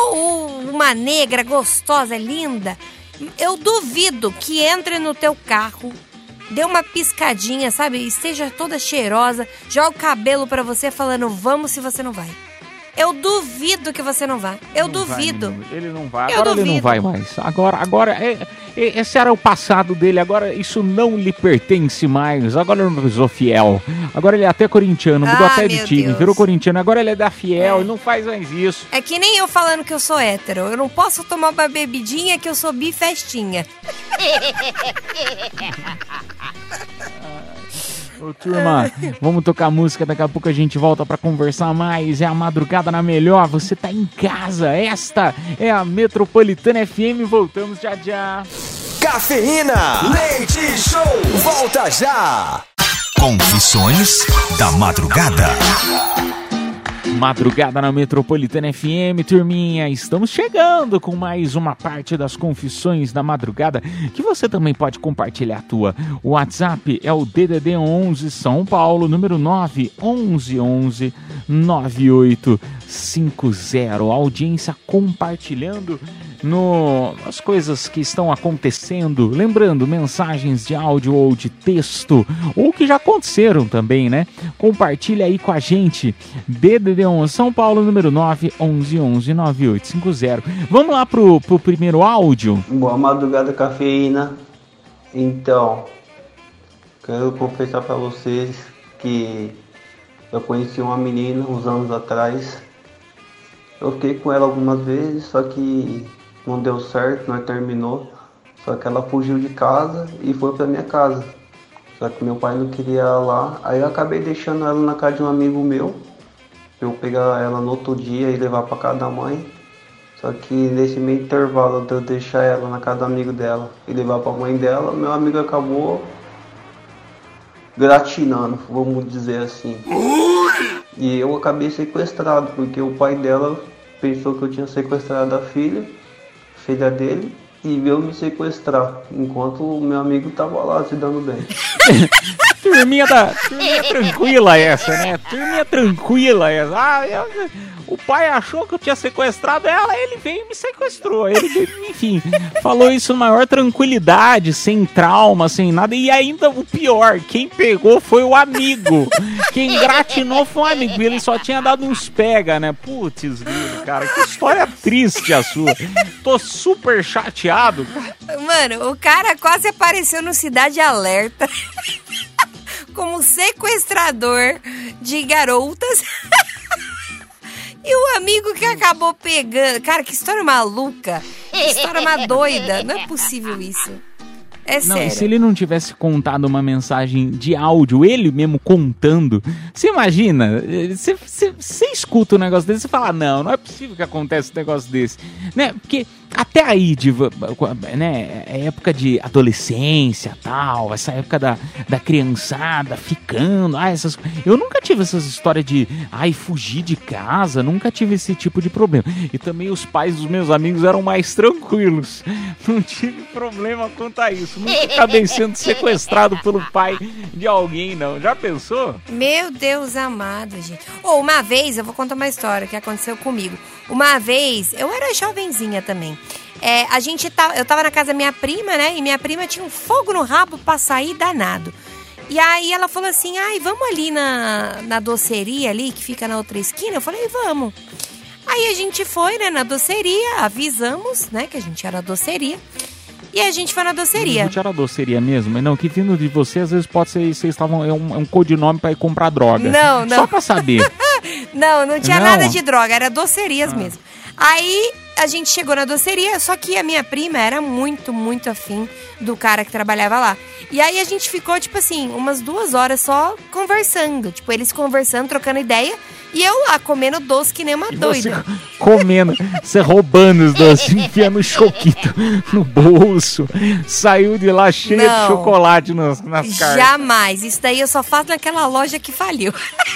ou uma negra gostosa, linda, eu duvido que entre no teu carro, dê uma piscadinha, sabe, esteja toda cheirosa, joga o cabelo pra você falando vamos se você não vai. Eu duvido que você não vá. Eu Não vai, duvido. menino. Ele não vai. Eu Agora ele não duvido. vai mais. Agora, agora é- é- esse era o passado dele. Agora isso não lhe pertence mais. Agora ele não sou fiel. Agora ele é até corintiano. Mudou Ah, até de meu time. Deus. Virou corintiano. Agora ele é da Fiel. Ele não faz mais isso. É que nem eu falando que eu sou hétero. Eu não posso tomar uma bebidinha que eu sou bifestinha. Ô, turma, vamos tocar música, daqui a pouco a gente volta pra conversar mais. É a Madrugada na Melhor, você tá em casa. Esta é a Metropolitana F M, voltamos já já. Cafeína, leite show, volta já. Confissões da Madrugada. Madrugada na Metropolitana F M, turminha, estamos chegando com mais uma parte das confissões da madrugada, que você também pode compartilhar a tua. O WhatsApp é o D D D onze São Paulo, número nove onze onze nove oito cinco zero. A audiência compartilhando no, as coisas que estão acontecendo, lembrando, mensagens de áudio ou de texto, ou que já aconteceram também, né? Compartilha aí com a gente, D D D onze São Paulo, número nove onze onze nove oito cinco zero. Vamos lá pro, pro primeiro áudio. Boa madrugada, cafeína. Então, quero confessar pra vocês que eu conheci uma menina uns anos atrás. Eu fiquei com ela algumas vezes, só que não deu certo, nós terminou. Só que ela fugiu de casa e foi pra minha casa. Só que meu pai não queria ela lá. Aí eu acabei deixando ela na casa de um amigo meu, pra eu pegar ela no outro dia e levar pra casa da mãe. Só que nesse meio intervalo de eu deixar ela na casa do amigo dela e levar pra mãe dela, meu amigo acabou gratinando, vamos dizer assim. E eu acabei sequestrado, porque o pai dela pensou que eu tinha sequestrado a filha, filha dele, e veio me sequestrar, enquanto o meu amigo tava lá se dando bem. Turminha, da, turminha tranquila essa, né? Turminha tranquila essa. Ah, eu, o pai achou que eu tinha sequestrado ela, ele veio e me sequestrou. Ele, enfim, falou isso na maior tranquilidade, sem trauma, sem nada. E ainda o pior, quem pegou foi o amigo. Quem gratinou foi o amigo. Ele só tinha dado uns pega, né? Putz, cara, que história triste a sua. Tô super chateado. Mano, o cara quase apareceu no Cidade Alerta como sequestrador de garotas. E o amigo que acabou pegando... Cara, que história maluca. Que história mais doida. Não é possível isso. É não, sério. Se ele não tivesse contado uma mensagem de áudio, ele mesmo contando, você imagina, você, você, você escuta um negócio desse e fala, não, não é possível que aconteça um negócio desse, né? Porque até aí, de, né, é época de adolescência, tal, essa época da, da criançada ficando, ah, essas, eu nunca tive essas histórias de, ai, fugir de casa, nunca tive esse tipo de problema. E também os pais dos meus amigos eram mais tranquilos, não tive problema quanto a isso. Nunca acabei sendo sequestrado pelo pai de alguém, não. Já pensou? Meu Deus amado, gente. Ou oh, uma vez, eu vou contar uma história que aconteceu comigo. Uma vez, eu era jovenzinha também. É, a gente tá, eu tava na casa da minha prima, né? E minha prima tinha um fogo no rabo pra sair danado. E aí ela falou assim, ai, vamos ali na, na doceria ali, que fica na outra esquina? Eu falei, vamos. Aí a gente foi, né, na doceria, avisamos, né, que a gente era doceria. E a gente foi na doceria. Não era doceria mesmo? Mas não, que vindo de você, às vezes pode ser, vocês estavam, é um, é um codinome pra ir comprar droga. Não, não. Só pra saber. Não, não tinha não. nada de droga, era docerias ah. mesmo. Aí a gente chegou na doceria, só que a minha prima era muito, muito afim do cara que trabalhava lá. E aí a gente ficou, tipo assim, umas duas horas só conversando. Tipo, eles conversando, trocando ideia. E eu lá, comendo doce que nem uma e doida. Você comendo, você roubando os doces, enfiando o choquito no bolso. Saiu de lá cheia Não, de chocolate nas, nas cartas. Jamais. Isso daí eu só faço naquela loja que faliu.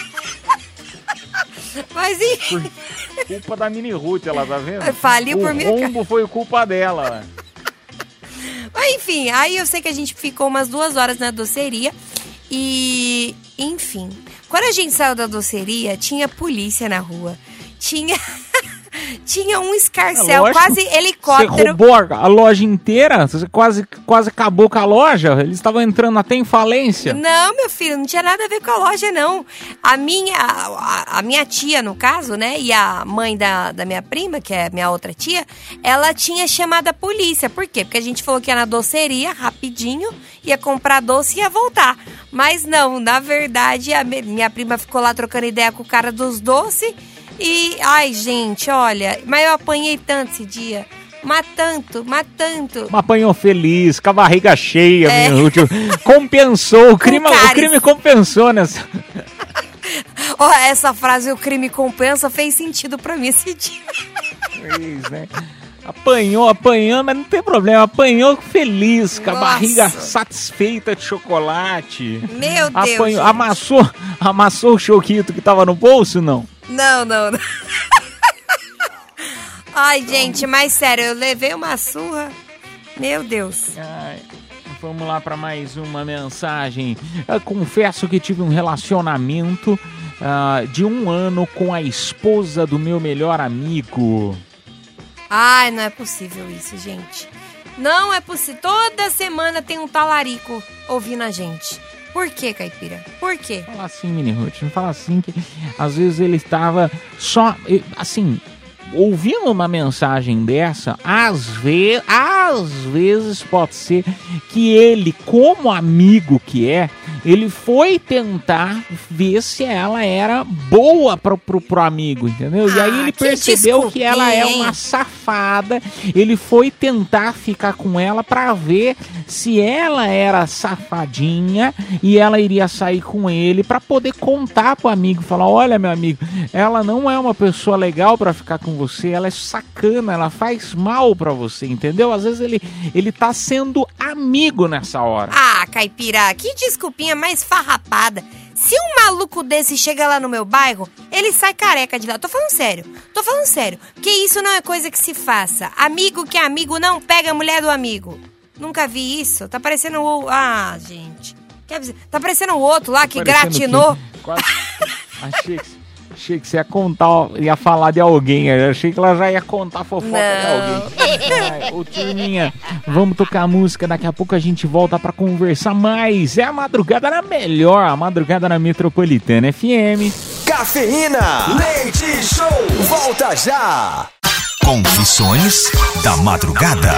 Mas enfim. Culpa da Mini Ruth, ela tá vendo? Faliu o por minha rombo cara. foi culpa dela. Mas enfim, aí eu sei que a gente ficou umas duas horas na doceria. E, enfim, quando a gente saiu da doceria, tinha polícia na rua. Tinha... Tinha um escarcéu, é quase helicóptero. Você roubou a, a loja inteira? Você quase, quase acabou com a loja? Eles estavam entrando até em falência? Não, meu filho, não tinha nada a ver com a loja, não. A minha, a, a minha tia, no caso, né, e a mãe da, da minha prima, que é minha outra tia, ela tinha chamado a polícia. Por quê? Porque a gente falou que ia na doceria, rapidinho, ia comprar doce e ia voltar. Mas não, na verdade, a minha prima ficou lá trocando ideia com o cara dos doces. E, ai, gente, olha, mas eu apanhei tanto esse dia. Mas tanto, mas tanto. Mas apanhou feliz, com a barriga cheia, é. Meu, compensou, o crime, o crime compensou nessa... Ó, essa frase, o crime compensa, fez sentido pra mim esse dia. Fez, né? Apanhou, apanhando, mas não tem problema. Apanhou feliz, com a Nossa. barriga satisfeita de chocolate. Meu Deus. Apanhou, gente. amassou, amassou o choquito que tava no bolso, não? Não, não, não. Ai, gente, mas sério, eu levei uma surra. Meu Deus. Ai, vamos lá para mais uma mensagem. Eu confesso que tive um relacionamento uh, de um ano com a esposa do meu melhor amigo. Ai, não é possível isso, gente. Não é possível. Toda semana tem um talarico ouvindo a gente. Por que, Caipira? Por quê? Fala assim, Mini Ruth, não fala assim que às vezes ele estava só, assim, ouvindo uma mensagem dessa, às vezes, às vezes pode ser que ele, como amigo que é, ele foi tentar ver se ela era boa pro, pro, pro amigo, entendeu? E aí Ah, ele que percebeu que ela é desculpinha, uma hein? safada, ele foi tentar ficar com ela pra ver se ela era safadinha e ela iria sair com ele pra poder contar pro amigo, falar, olha meu amigo, ela não é uma pessoa legal pra ficar com você, ela é sacana, ela faz mal pra você, entendeu? Às vezes ele, ele tá sendo amigo nessa hora. Ah, Caipira, que desculpinha mais farrapada. Se um maluco desse chega lá no meu bairro, ele sai careca de lá. Tô falando sério, tô falando sério. Porque isso não é coisa que se faça. Amigo que é amigo não pega a mulher do amigo. Nunca vi isso. Tá parecendo o... Ah, gente. Quer dizer, tá parecendo o outro lá que Parecendo gratinou. que- quase- Achei que... Achei que você ia contar, ia falar de alguém. Eu achei que ela já ia contar a fofoca de alguém. Ai, ô, turminha, vamos tocar a música. Daqui a pouco a gente volta pra conversar mais. É a madrugada na melhor, a madrugada na Metropolitana F M. Cafeína, leite show, volta já. Confissões da madrugada.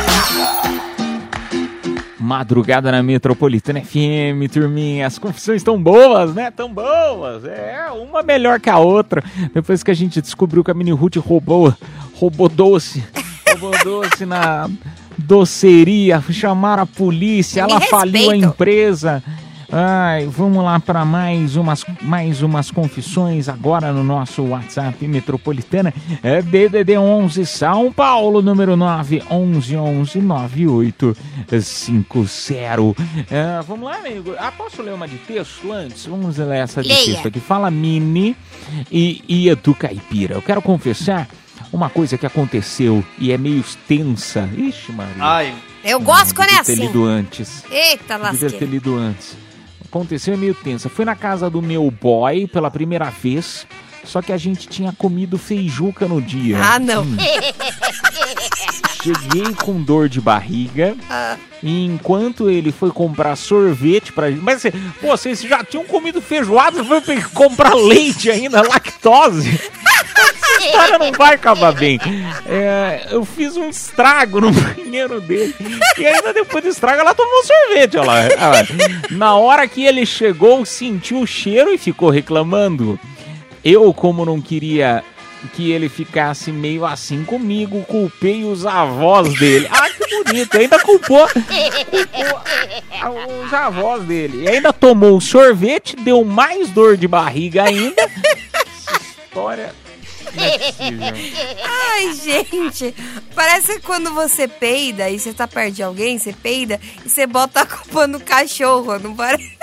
Madrugada na Metropolitana F M, turminha. As confissões tão boas, né? Tão boas. É, uma melhor que a outra. Depois que a gente descobriu que a Mini Ruth roubou, roubou doce. Roubou doce na doceria. Chamaram a polícia. Me Ela faliu a respeitam. empresa. Ai, vamos lá para mais umas, mais umas confissões agora no nosso WhatsApp Metropolitana. É D D D onze São Paulo, número nove onze onze nove oito cinco zero. É, vamos lá, amigo. Ah, posso ler uma de texto antes? Vamos ler essa de Leia. texto aqui. Fala Mini e, e Edu Caipira. Eu quero confessar uma coisa que aconteceu e é meio tensa. Ixi, Maria. Ai, Eu gosto quando é Devia ter assim. lido antes. Eita, Devia ter lasqueira. lido antes. Aconteceu é meio tensa. Fui na casa do meu boy pela primeira vez, só que a gente tinha comido feijuca no dia. Ah, não. Hum. Cheguei com dor de barriga Ah. e enquanto ele foi comprar sorvete pra gente... Mas, assim, pô, vocês já tinham comido feijoada, foi pra comprar leite ainda, lactose? Essa história não vai acabar bem. É, eu fiz um estrago no banheiro dele. E ainda depois do estrago ela tomou sorvete. Olha lá. Olha lá. Na hora que ele chegou, sentiu o cheiro e ficou reclamando. Eu, como não queria que ele ficasse meio assim comigo, culpei os avós dele. Ah, que bonito. Ainda culpou, culpou os avós dele. E ainda tomou o sorvete, deu mais dor de barriga ainda. Essa história... Não é possível. Ai, gente, parece quando você peida e você tá perto de alguém, você peida e você bota a culpa no cachorro, não parece?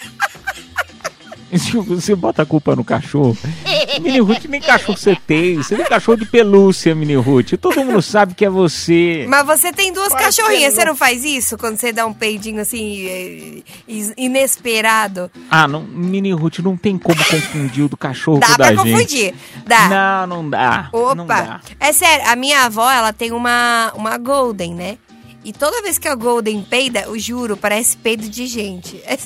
Se você bota a culpa no cachorro, Mini Ruth, nem cachorro você tem. Você tem cachorro de pelúcia, Mini Ruth. Todo mundo sabe que é você. Mas você tem duas Parece cachorrinhas, que você não- não faz isso quando você dá um peidinho assim, eh, is- inesperado? Ah, não, Mini Ruth, não tem como confundir o do cachorro Dá com o da pra gente. confundir, dá. Não, não dá. Opa, Não dá. é sério, a minha avó, ela tem uma, uma Golden, né? E toda vez que a Golden peida, eu juro, parece peido de gente. É-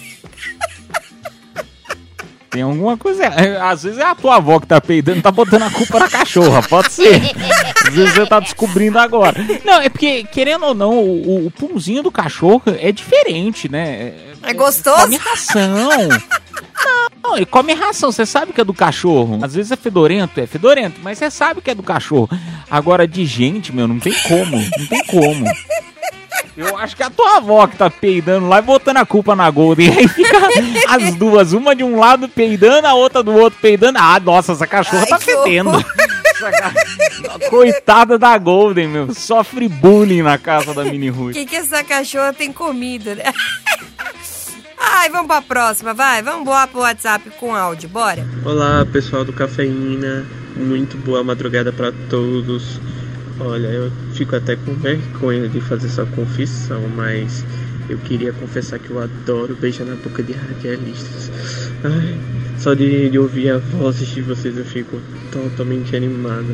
Tem alguma coisa. é, Às vezes é a tua avó que tá peidando, tá botando a culpa na cachorra. Pode ser. Às vezes você tá descobrindo agora. Não, é porque, querendo ou não, o, o punzinho do cachorro é diferente, né? É gostoso? Come ração. Não, ele come ração. Você sabe que é do cachorro. Às vezes é fedorento, é fedorento, mas você sabe que é do cachorro. Agora, de gente, meu, não tem como. Não tem como. Eu acho que é a tua avó que tá peidando lá e botando a culpa na Golden. Aí fica as duas, uma de um lado peidando, a outra do outro peidando. Ah, nossa, essa cachorra Ai, tá que fedendo. horror. Coitada da Golden, meu. Sofre bullying na casa da Mini O Ruth. que, que essa cachorra tem comido, né? Ai, vamos pra próxima, vai. Vamos voar pro WhatsApp com áudio, bora. Olá, pessoal do Cafeína. Muito boa madrugada pra todos. Olha, eu fico até com vergonha de fazer essa confissão, mas eu queria confessar que eu adoro beijar na boca de radialistas. Ai, só de, de ouvir a voz de vocês eu fico totalmente animada.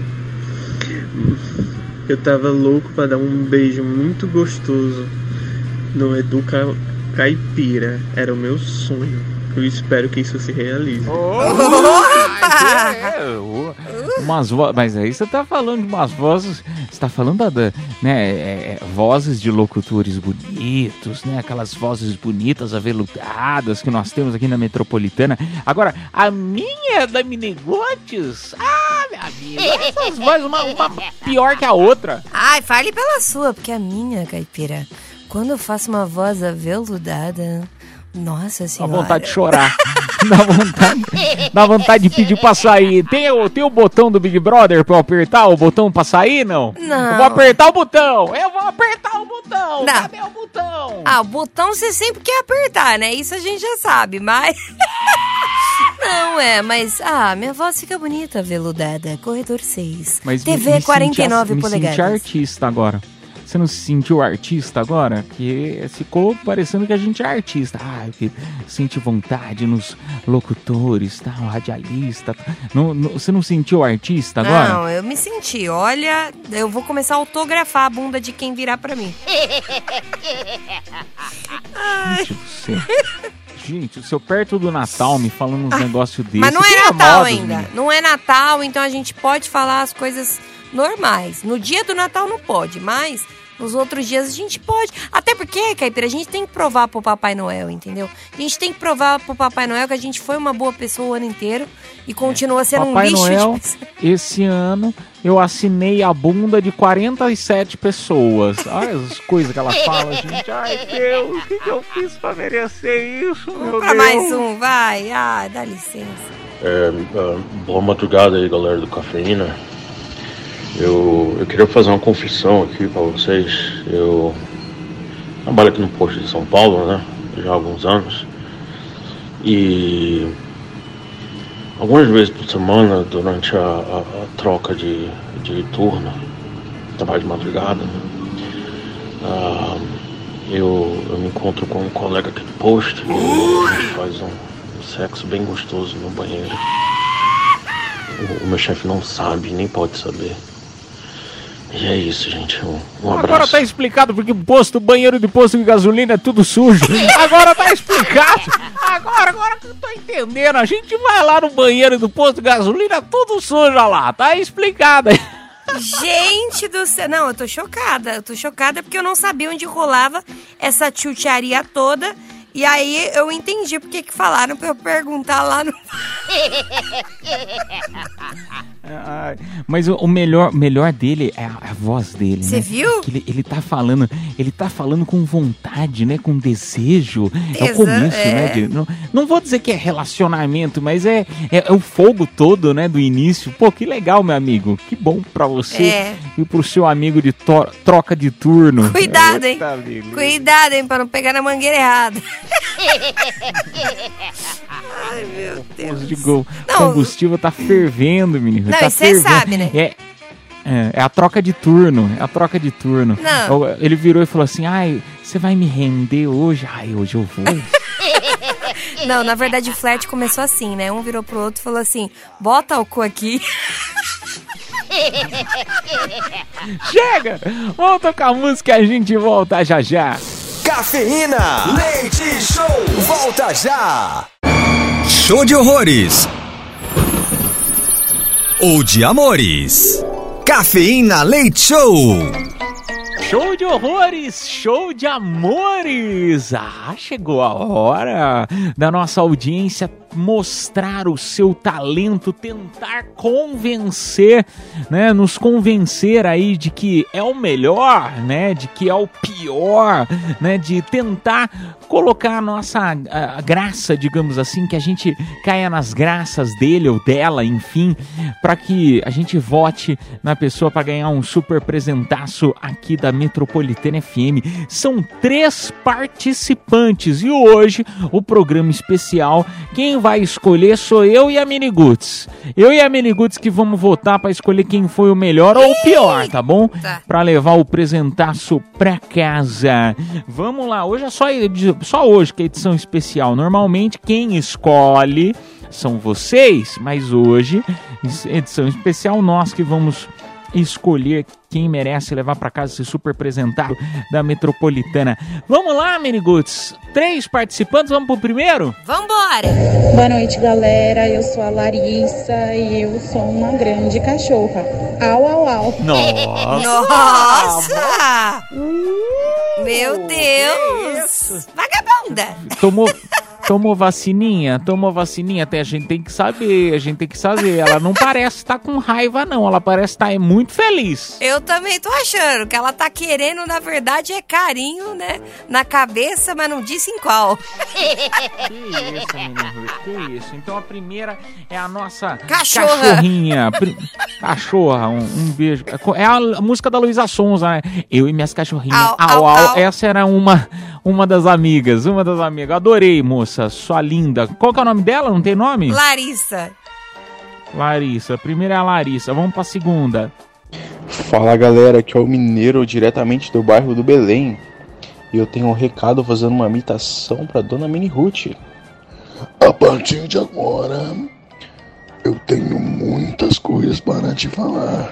Eu tava louco pra dar um beijo muito gostoso no Edu Ca- Caipira. Era o meu sonho. Eu espero que isso se realize. Oh, é, é, oh. Umas vo- mas aí você tá falando de umas vozes. Você tá falando da, da, né, é, é, vozes de locutores bonitos, né? Aquelas vozes bonitas, aveludadas que nós temos aqui na Metropolitana. Agora, a minha é da Minegotes. Ah, minha amiga, essas vozes, uma, uma pior que a outra. Ai, fale pela sua, porque a minha, Caipira, quando eu faço uma voz aveludada, nossa senhora. Dá vontade de chorar. Dá vontade, dá vontade de pedir pra sair. Tem o, tem o botão do Big Brother pra eu apertar? O botão pra sair, não? Não. Eu vou apertar o botão. Eu vou apertar o botão. Não. Cadê o botão? Ah, o botão você sempre quer apertar, né? Isso a gente já sabe, mas... Não, é, mas... Ah, minha voz fica bonita, veludada. Corredor seis. Mas T me- V me quarenta e nove senti, polegadas. Me senti artista agora. Você não se sentiu artista agora? Que ficou parecendo que a gente é artista. Ah, que senti vontade nos locutores, tá? O radialista. Tá? Não, não, você não sentiu artista agora? Não, eu me senti. Olha, eu vou começar a autografar a bunda de quem virar pra mim. Gente do céu. Gente, o seu perto do Natal me falando uns negócios desses. Mas não Tem é a Natal moda, ainda. menino. Não é Natal, então a gente pode falar as coisas normais. No dia do Natal não pode, mas nos outros dias a gente pode. Até porque, Caipira, a gente tem que provar pro Papai Noel, entendeu? A gente tem que provar pro Papai Noel que a gente foi uma boa pessoa o ano inteiro e continua sendo Papai um lixo Noel, de pessoa. esse ano eu assinei a bunda de quarenta e sete pessoas. Olha as coisas que ela fala, gente. Ai, Deus, o que, que eu fiz pra merecer isso, meu Pra Deus? mais um, vai. Ah, dá licença. É, é, boa madrugada aí, galera do Cafeína. Eu, eu queria fazer uma confissão aqui pra vocês. Eu trabalho aqui no posto de São Paulo, né? Já há alguns anos. E algumas vezes por semana, durante a, a, a troca de, de turno, trabalho de madrugada, né? ah, eu, eu me encontro com um colega aqui do posto e a gente faz um, um sexo bem gostoso no banheiro. O, o meu chefe não sabe, nem pode saber. E é isso, gente. Um, um abraço. Agora tá explicado porque posto, banheiro de posto de gasolina é tudo sujo. Agora tá explicado. Agora, agora que eu tô entendendo. A gente vai lá no banheiro do posto de gasolina, tudo sujo lá. Tá explicado. Gente do céu. Não, eu tô chocada. Eu tô chocada porque eu não sabia onde rolava essa tchutcharia toda. E aí eu entendi porque que falaram pra eu perguntar lá no... Ai, mas o, o melhor, melhor dele é a, a voz dele. Você né? viu? Que ele, ele tá falando, ele tá falando com vontade, né? Com desejo. É o Exa- começo, é. né? de- não, não vou dizer que é relacionamento, mas é, é, é o fogo todo, né? Do início. Pô, que legal, meu amigo. Que bom pra você É. e pro seu amigo de to- troca de turno. Cuidado, hein? Eita, beleza. Cuidado, hein, pra não pegar na mangueira errada. Ai, meu Deus. De gol. Não, Combustível tá fervendo, menino. Não, tá e cê fervendo. sabe, né? É, é, é a troca de turno. É a troca de turno. Não. Ele virou e falou assim: ai, você vai me render hoje? Ai, hoje eu vou. Não, na verdade o flat começou assim, né? Um virou pro outro e falou assim, bota o cu aqui. Chega! Vamos tocar a música e a gente volta já já. Cafeína, leite show, volta já. Show de horrores. Ou de amores. Cafeína Leite Show. Show de horrores, show de amores. Ah, chegou a hora da nossa audiência mostrar o seu talento, tentar convencer, né, nos convencer aí de que é o melhor, né, de que é o pior, né, de tentar colocar a nossa a, a graça, digamos assim, que a gente caia nas graças dele ou dela, enfim, para que a gente vote na pessoa para ganhar um super presentaço aqui da Metropolitana F M. São três participantes e hoje o programa especial, quem vai escolher sou eu e a Miniguts. Eu e a Miniguts que vamos votar para escolher quem foi o melhor ou o pior, tá bom? Para levar o presentaço pra casa. Vamos lá, hoje é só, só hoje que é edição especial. Normalmente quem escolhe são vocês, mas hoje, edição especial, nós que vamos escolher quem merece levar para casa esse super apresentado da Metropolitana. Vamos lá, Miniguts. Três participantes, vamos pro primeiro? Vambora! Boa noite, galera. Eu sou a Larissa e eu sou uma grande cachorra. Au, au, au. Nossa! Nossa! Meu Deus! Vagabunda! Tomou... Tomou vacininha? Tomou vacininha? Até a gente tem que saber, a gente tem que saber. Ela não parece estar com raiva, não. Ela parece estar muito feliz. Eu também tô achando que ela tá querendo, na verdade, é carinho, né? Na cabeça, mas não disse em qual. Que isso, menino, que isso. Então a primeira é a nossa Cachorra. cachorrinha. Pri... Cachorra, um, um beijo. É a música da Luísa Sonza, né? Eu e minhas cachorrinhas. Au, au, au, au. au. Essa era uma, uma das amigas, uma das amigas. Adorei, moça. Sua linda. Qual que é o nome dela? Não tem nome? Larissa. Larissa. A primeira é a Larissa. Vamos pra segunda. Fala, galera. Aqui é o Mineiro, diretamente do bairro do Belém. E eu tenho um recado fazendo uma imitação pra Dona Mini Ruth. A partir de agora, eu tenho muitas coisas para te falar.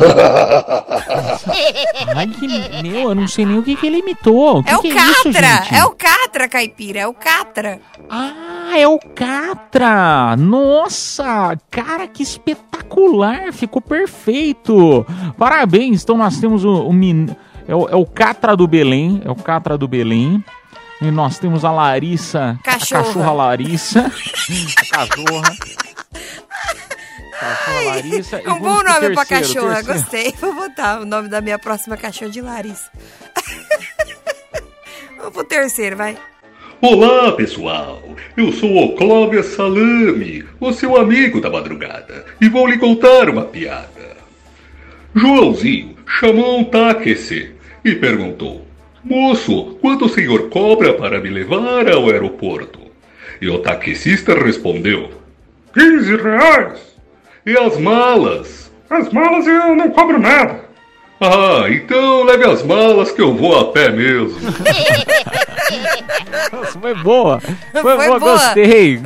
Ai, que, meu, eu não sei nem o que, que ele imitou. O que É o que é Catra, isso, gente? é o Catra, Caipira, é o Catra. Ah, é o Catra. Nossa, cara, que espetacular. Ficou perfeito. Parabéns. Então nós temos o, o, min... é o, é o Catra do Belém. É o Catra do Belém. E nós temos a Larissa. Cachorra. A cachorra Larissa. A cachorra. Cachorra Larissa. Um bom nome pra cachorra, gostei. Vou botar o nome da minha próxima cachorra de Larissa. Vamos pro terceiro, vai. Olá, pessoal. Eu sou o Clóvis Salame, o seu amigo da madrugada, e vou lhe contar uma piada. Joãozinho chamou um táxi e perguntou: Moço, quanto o senhor cobra para me levar ao aeroporto? E o taxista respondeu: quinze reais. E as malas? As malas eu não cobro nada. Ah, então leve as malas que eu vou a pé mesmo. Nossa, foi boa. Foi, Foi boa, boa. gostei.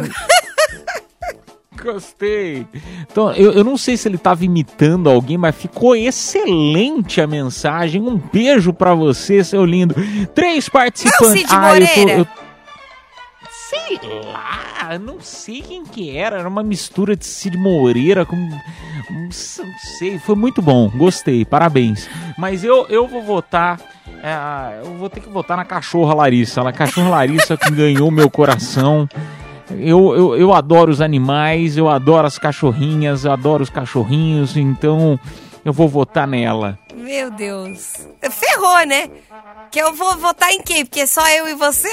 Gostei. Então, eu, eu não sei se ele estava imitando alguém, mas ficou excelente a mensagem. Um beijo pra você, seu lindo. Três participantes. Não, Cid ah, eu tô, Moreira. eu... Sei lá, não sei quem que era. Era uma mistura de Cid Moreira com... Não sei, foi muito bom. Gostei, parabéns. Mas eu, eu vou votar... É, eu vou ter que votar na cachorra Larissa. A cachorra Larissa que ganhou meu coração. Eu, eu, eu adoro os animais, eu adoro as cachorrinhas, eu adoro os cachorrinhos, então eu vou votar nela. Meu Deus. Ferrou, né? Que eu vou votar em quem? Porque só eu e você?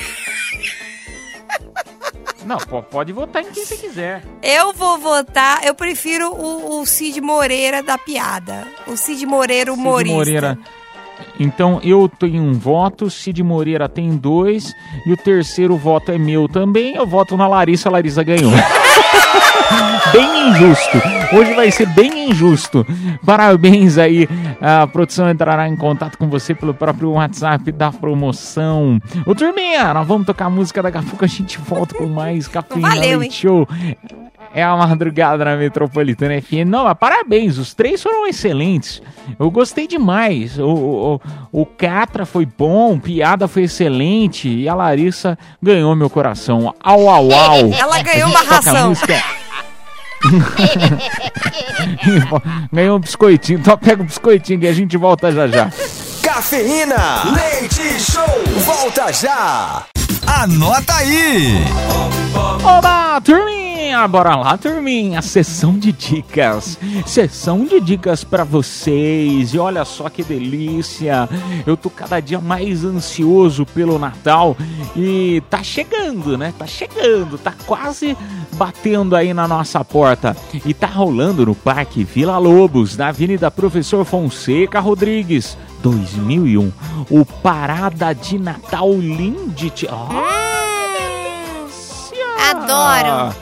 Não, pode votar em quem você quiser. Eu vou votar, eu prefiro o, o Cid Moreira da piada. O Cid Moreira humorista. Cid Moreira. Então eu tenho um voto, Cid Moreira tem dois, e o terceiro voto é meu também. Eu voto na Larissa, a Larissa ganhou. Bem injusto. Hoje vai ser bem injusto. Parabéns aí. A produção entrará em contato com você pelo próprio WhatsApp da promoção. Ô, turminha, nós vamos tocar música. Daqui a pouco a gente volta com mais Cafeína Valeu, Leite hein? Show. É a madrugada na Metropolitana F M. Não, mas parabéns, os três foram excelentes. Eu gostei demais. O, o, o Catra foi bom, Piada foi excelente e a Larissa ganhou meu coração. Au, au, au. Ela ganhou A uma gente toca a ração. música. Ganhou um biscoitinho. Então pega o biscoitinho e a gente volta já já. Cafeína, Leite Show, volta já. Anota aí! Olá, turma! turminha, bora lá, turminha. Sessão de dicas. Sessão de dicas pra vocês. E olha só que delícia. Eu tô cada dia mais ansioso pelo Natal. E tá chegando, né? Tá chegando. Tá quase batendo aí na nossa porta. E tá rolando no Parque Vila Lobos, na Avenida Professor Fonseca Rodrigues, dois mil e um. O Parada de Natal Lindt. Oh, adoro!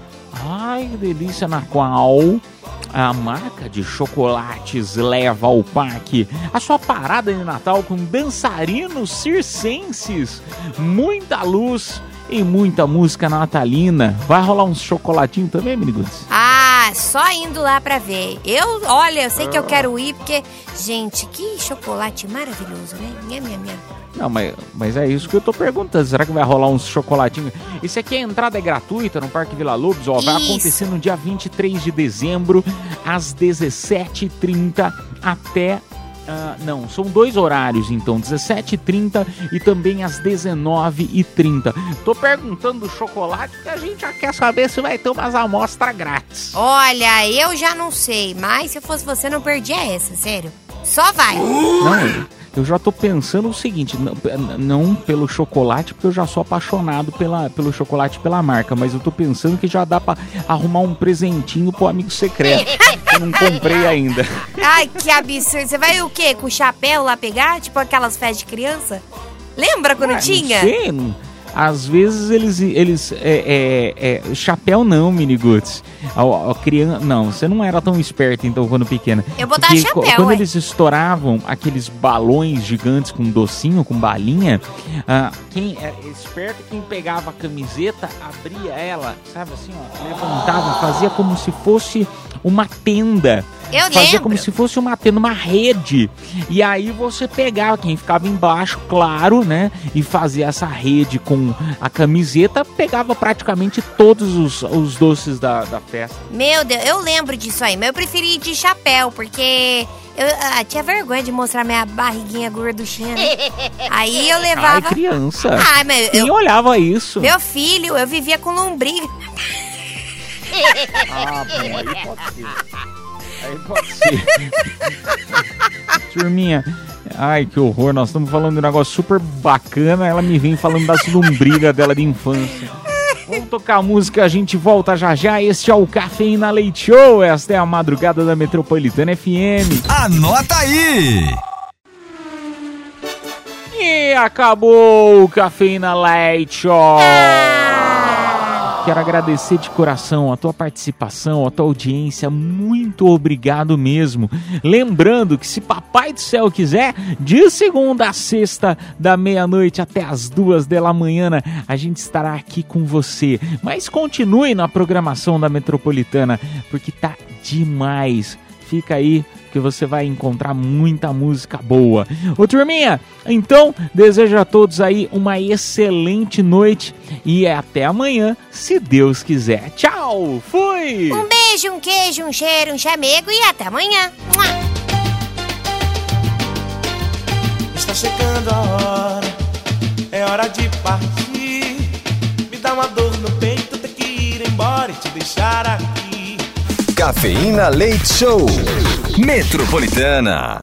Ai, que delícia, na qual a marca de chocolates leva ao parque a sua parada de Natal com dançarinos circenses, muita luz e muita música natalina. Vai rolar uns chocolatinhos também, Miniguts? Ah, só indo lá pra ver. Eu, olha, eu sei que eu quero ir porque, gente, que chocolate maravilhoso, né? Minha, minha, minha. Não, mas, mas é isso que eu tô perguntando. Será que vai rolar uns chocolatinhos? Esse aqui, a entrada é gratuita no Parque Vila Lobos. Ó, vai Isso. acontecer no dia vinte e três de dezembro, às dezessete e trinta até... Uh, não, são dois horários, então, dezessete e trinta e também às dezenove e trinta. Tô perguntando do chocolate porque a gente já quer saber se vai ter umas amostras grátis. Olha, eu já não sei, mas se eu fosse você, não perdia essa, sério. Só vai. Não, eu já tô pensando o seguinte, não, não pelo chocolate, porque eu já sou apaixonado pela, pelo chocolate, pela marca, mas eu tô pensando que já dá pra arrumar um presentinho pro amigo secreto, que eu não comprei ainda. Ai, que absurdo. Você vai o quê? Com o chapéu lá pegar? Tipo aquelas festas de criança? Lembra quando Ah, tinha? Não sei, não- às vezes eles... eles é, é, é, chapéu não, Miniguts. A, a criança... Não, você não era tão esperto então quando pequena. Eu botava Porque chapéu, co- Quando ué. eles estouravam aqueles balões gigantes com docinho, com balinha, ah, quem era esperto, quem pegava a camiseta, abria ela, sabe assim, ó, levantava, fazia como se fosse uma tenda. Eu Fazia lembro. como se fosse uma tenda, uma rede. E aí você pegava quem ficava embaixo, claro, né? E fazia essa rede com a camiseta, pegava praticamente todos os, os doces da, da festa. Meu Deus, eu lembro disso aí, mas eu preferi ir de chapéu, porque eu ah, tinha vergonha de mostrar minha barriguinha gorduchinha, né? Aí eu levava... Ai, criança. Ai, mas Quem eu... olhava isso? Meu filho, eu vivia com lombriga. Ah, bom, aí pode ser. Aí pode ser. Turminha, ai, que horror. Nós estamos falando de um negócio super bacana. Ela me vem falando das lombrigas dela de infância. Vamos tocar a música, a gente volta já já. Este é o Cafeína Leite Show. Esta é a madrugada da Metropolitana F M. Anota aí! E acabou o Cafeína Leite Show. Quero agradecer de coração a tua participação, a tua audiência. Muito obrigado mesmo. Lembrando que se Papai do Céu quiser, de segunda a sexta, da meia-noite até as duas da manhã, a gente estará aqui com você. Mas continue na programação da Metropolitana, porque tá demais. Fica aí que você vai encontrar muita música boa. Ô turminha, então desejo a todos aí uma excelente noite e até amanhã, se Deus quiser. Tchau, fui! Um beijo, um queijo, um cheiro, um chamego e até amanhã. Mua! Está chegando a hora, é hora de partir. Me dá uma dor no peito, ter que ir embora e te deixar aqui. Cafeína Leite Show. Metropolitana.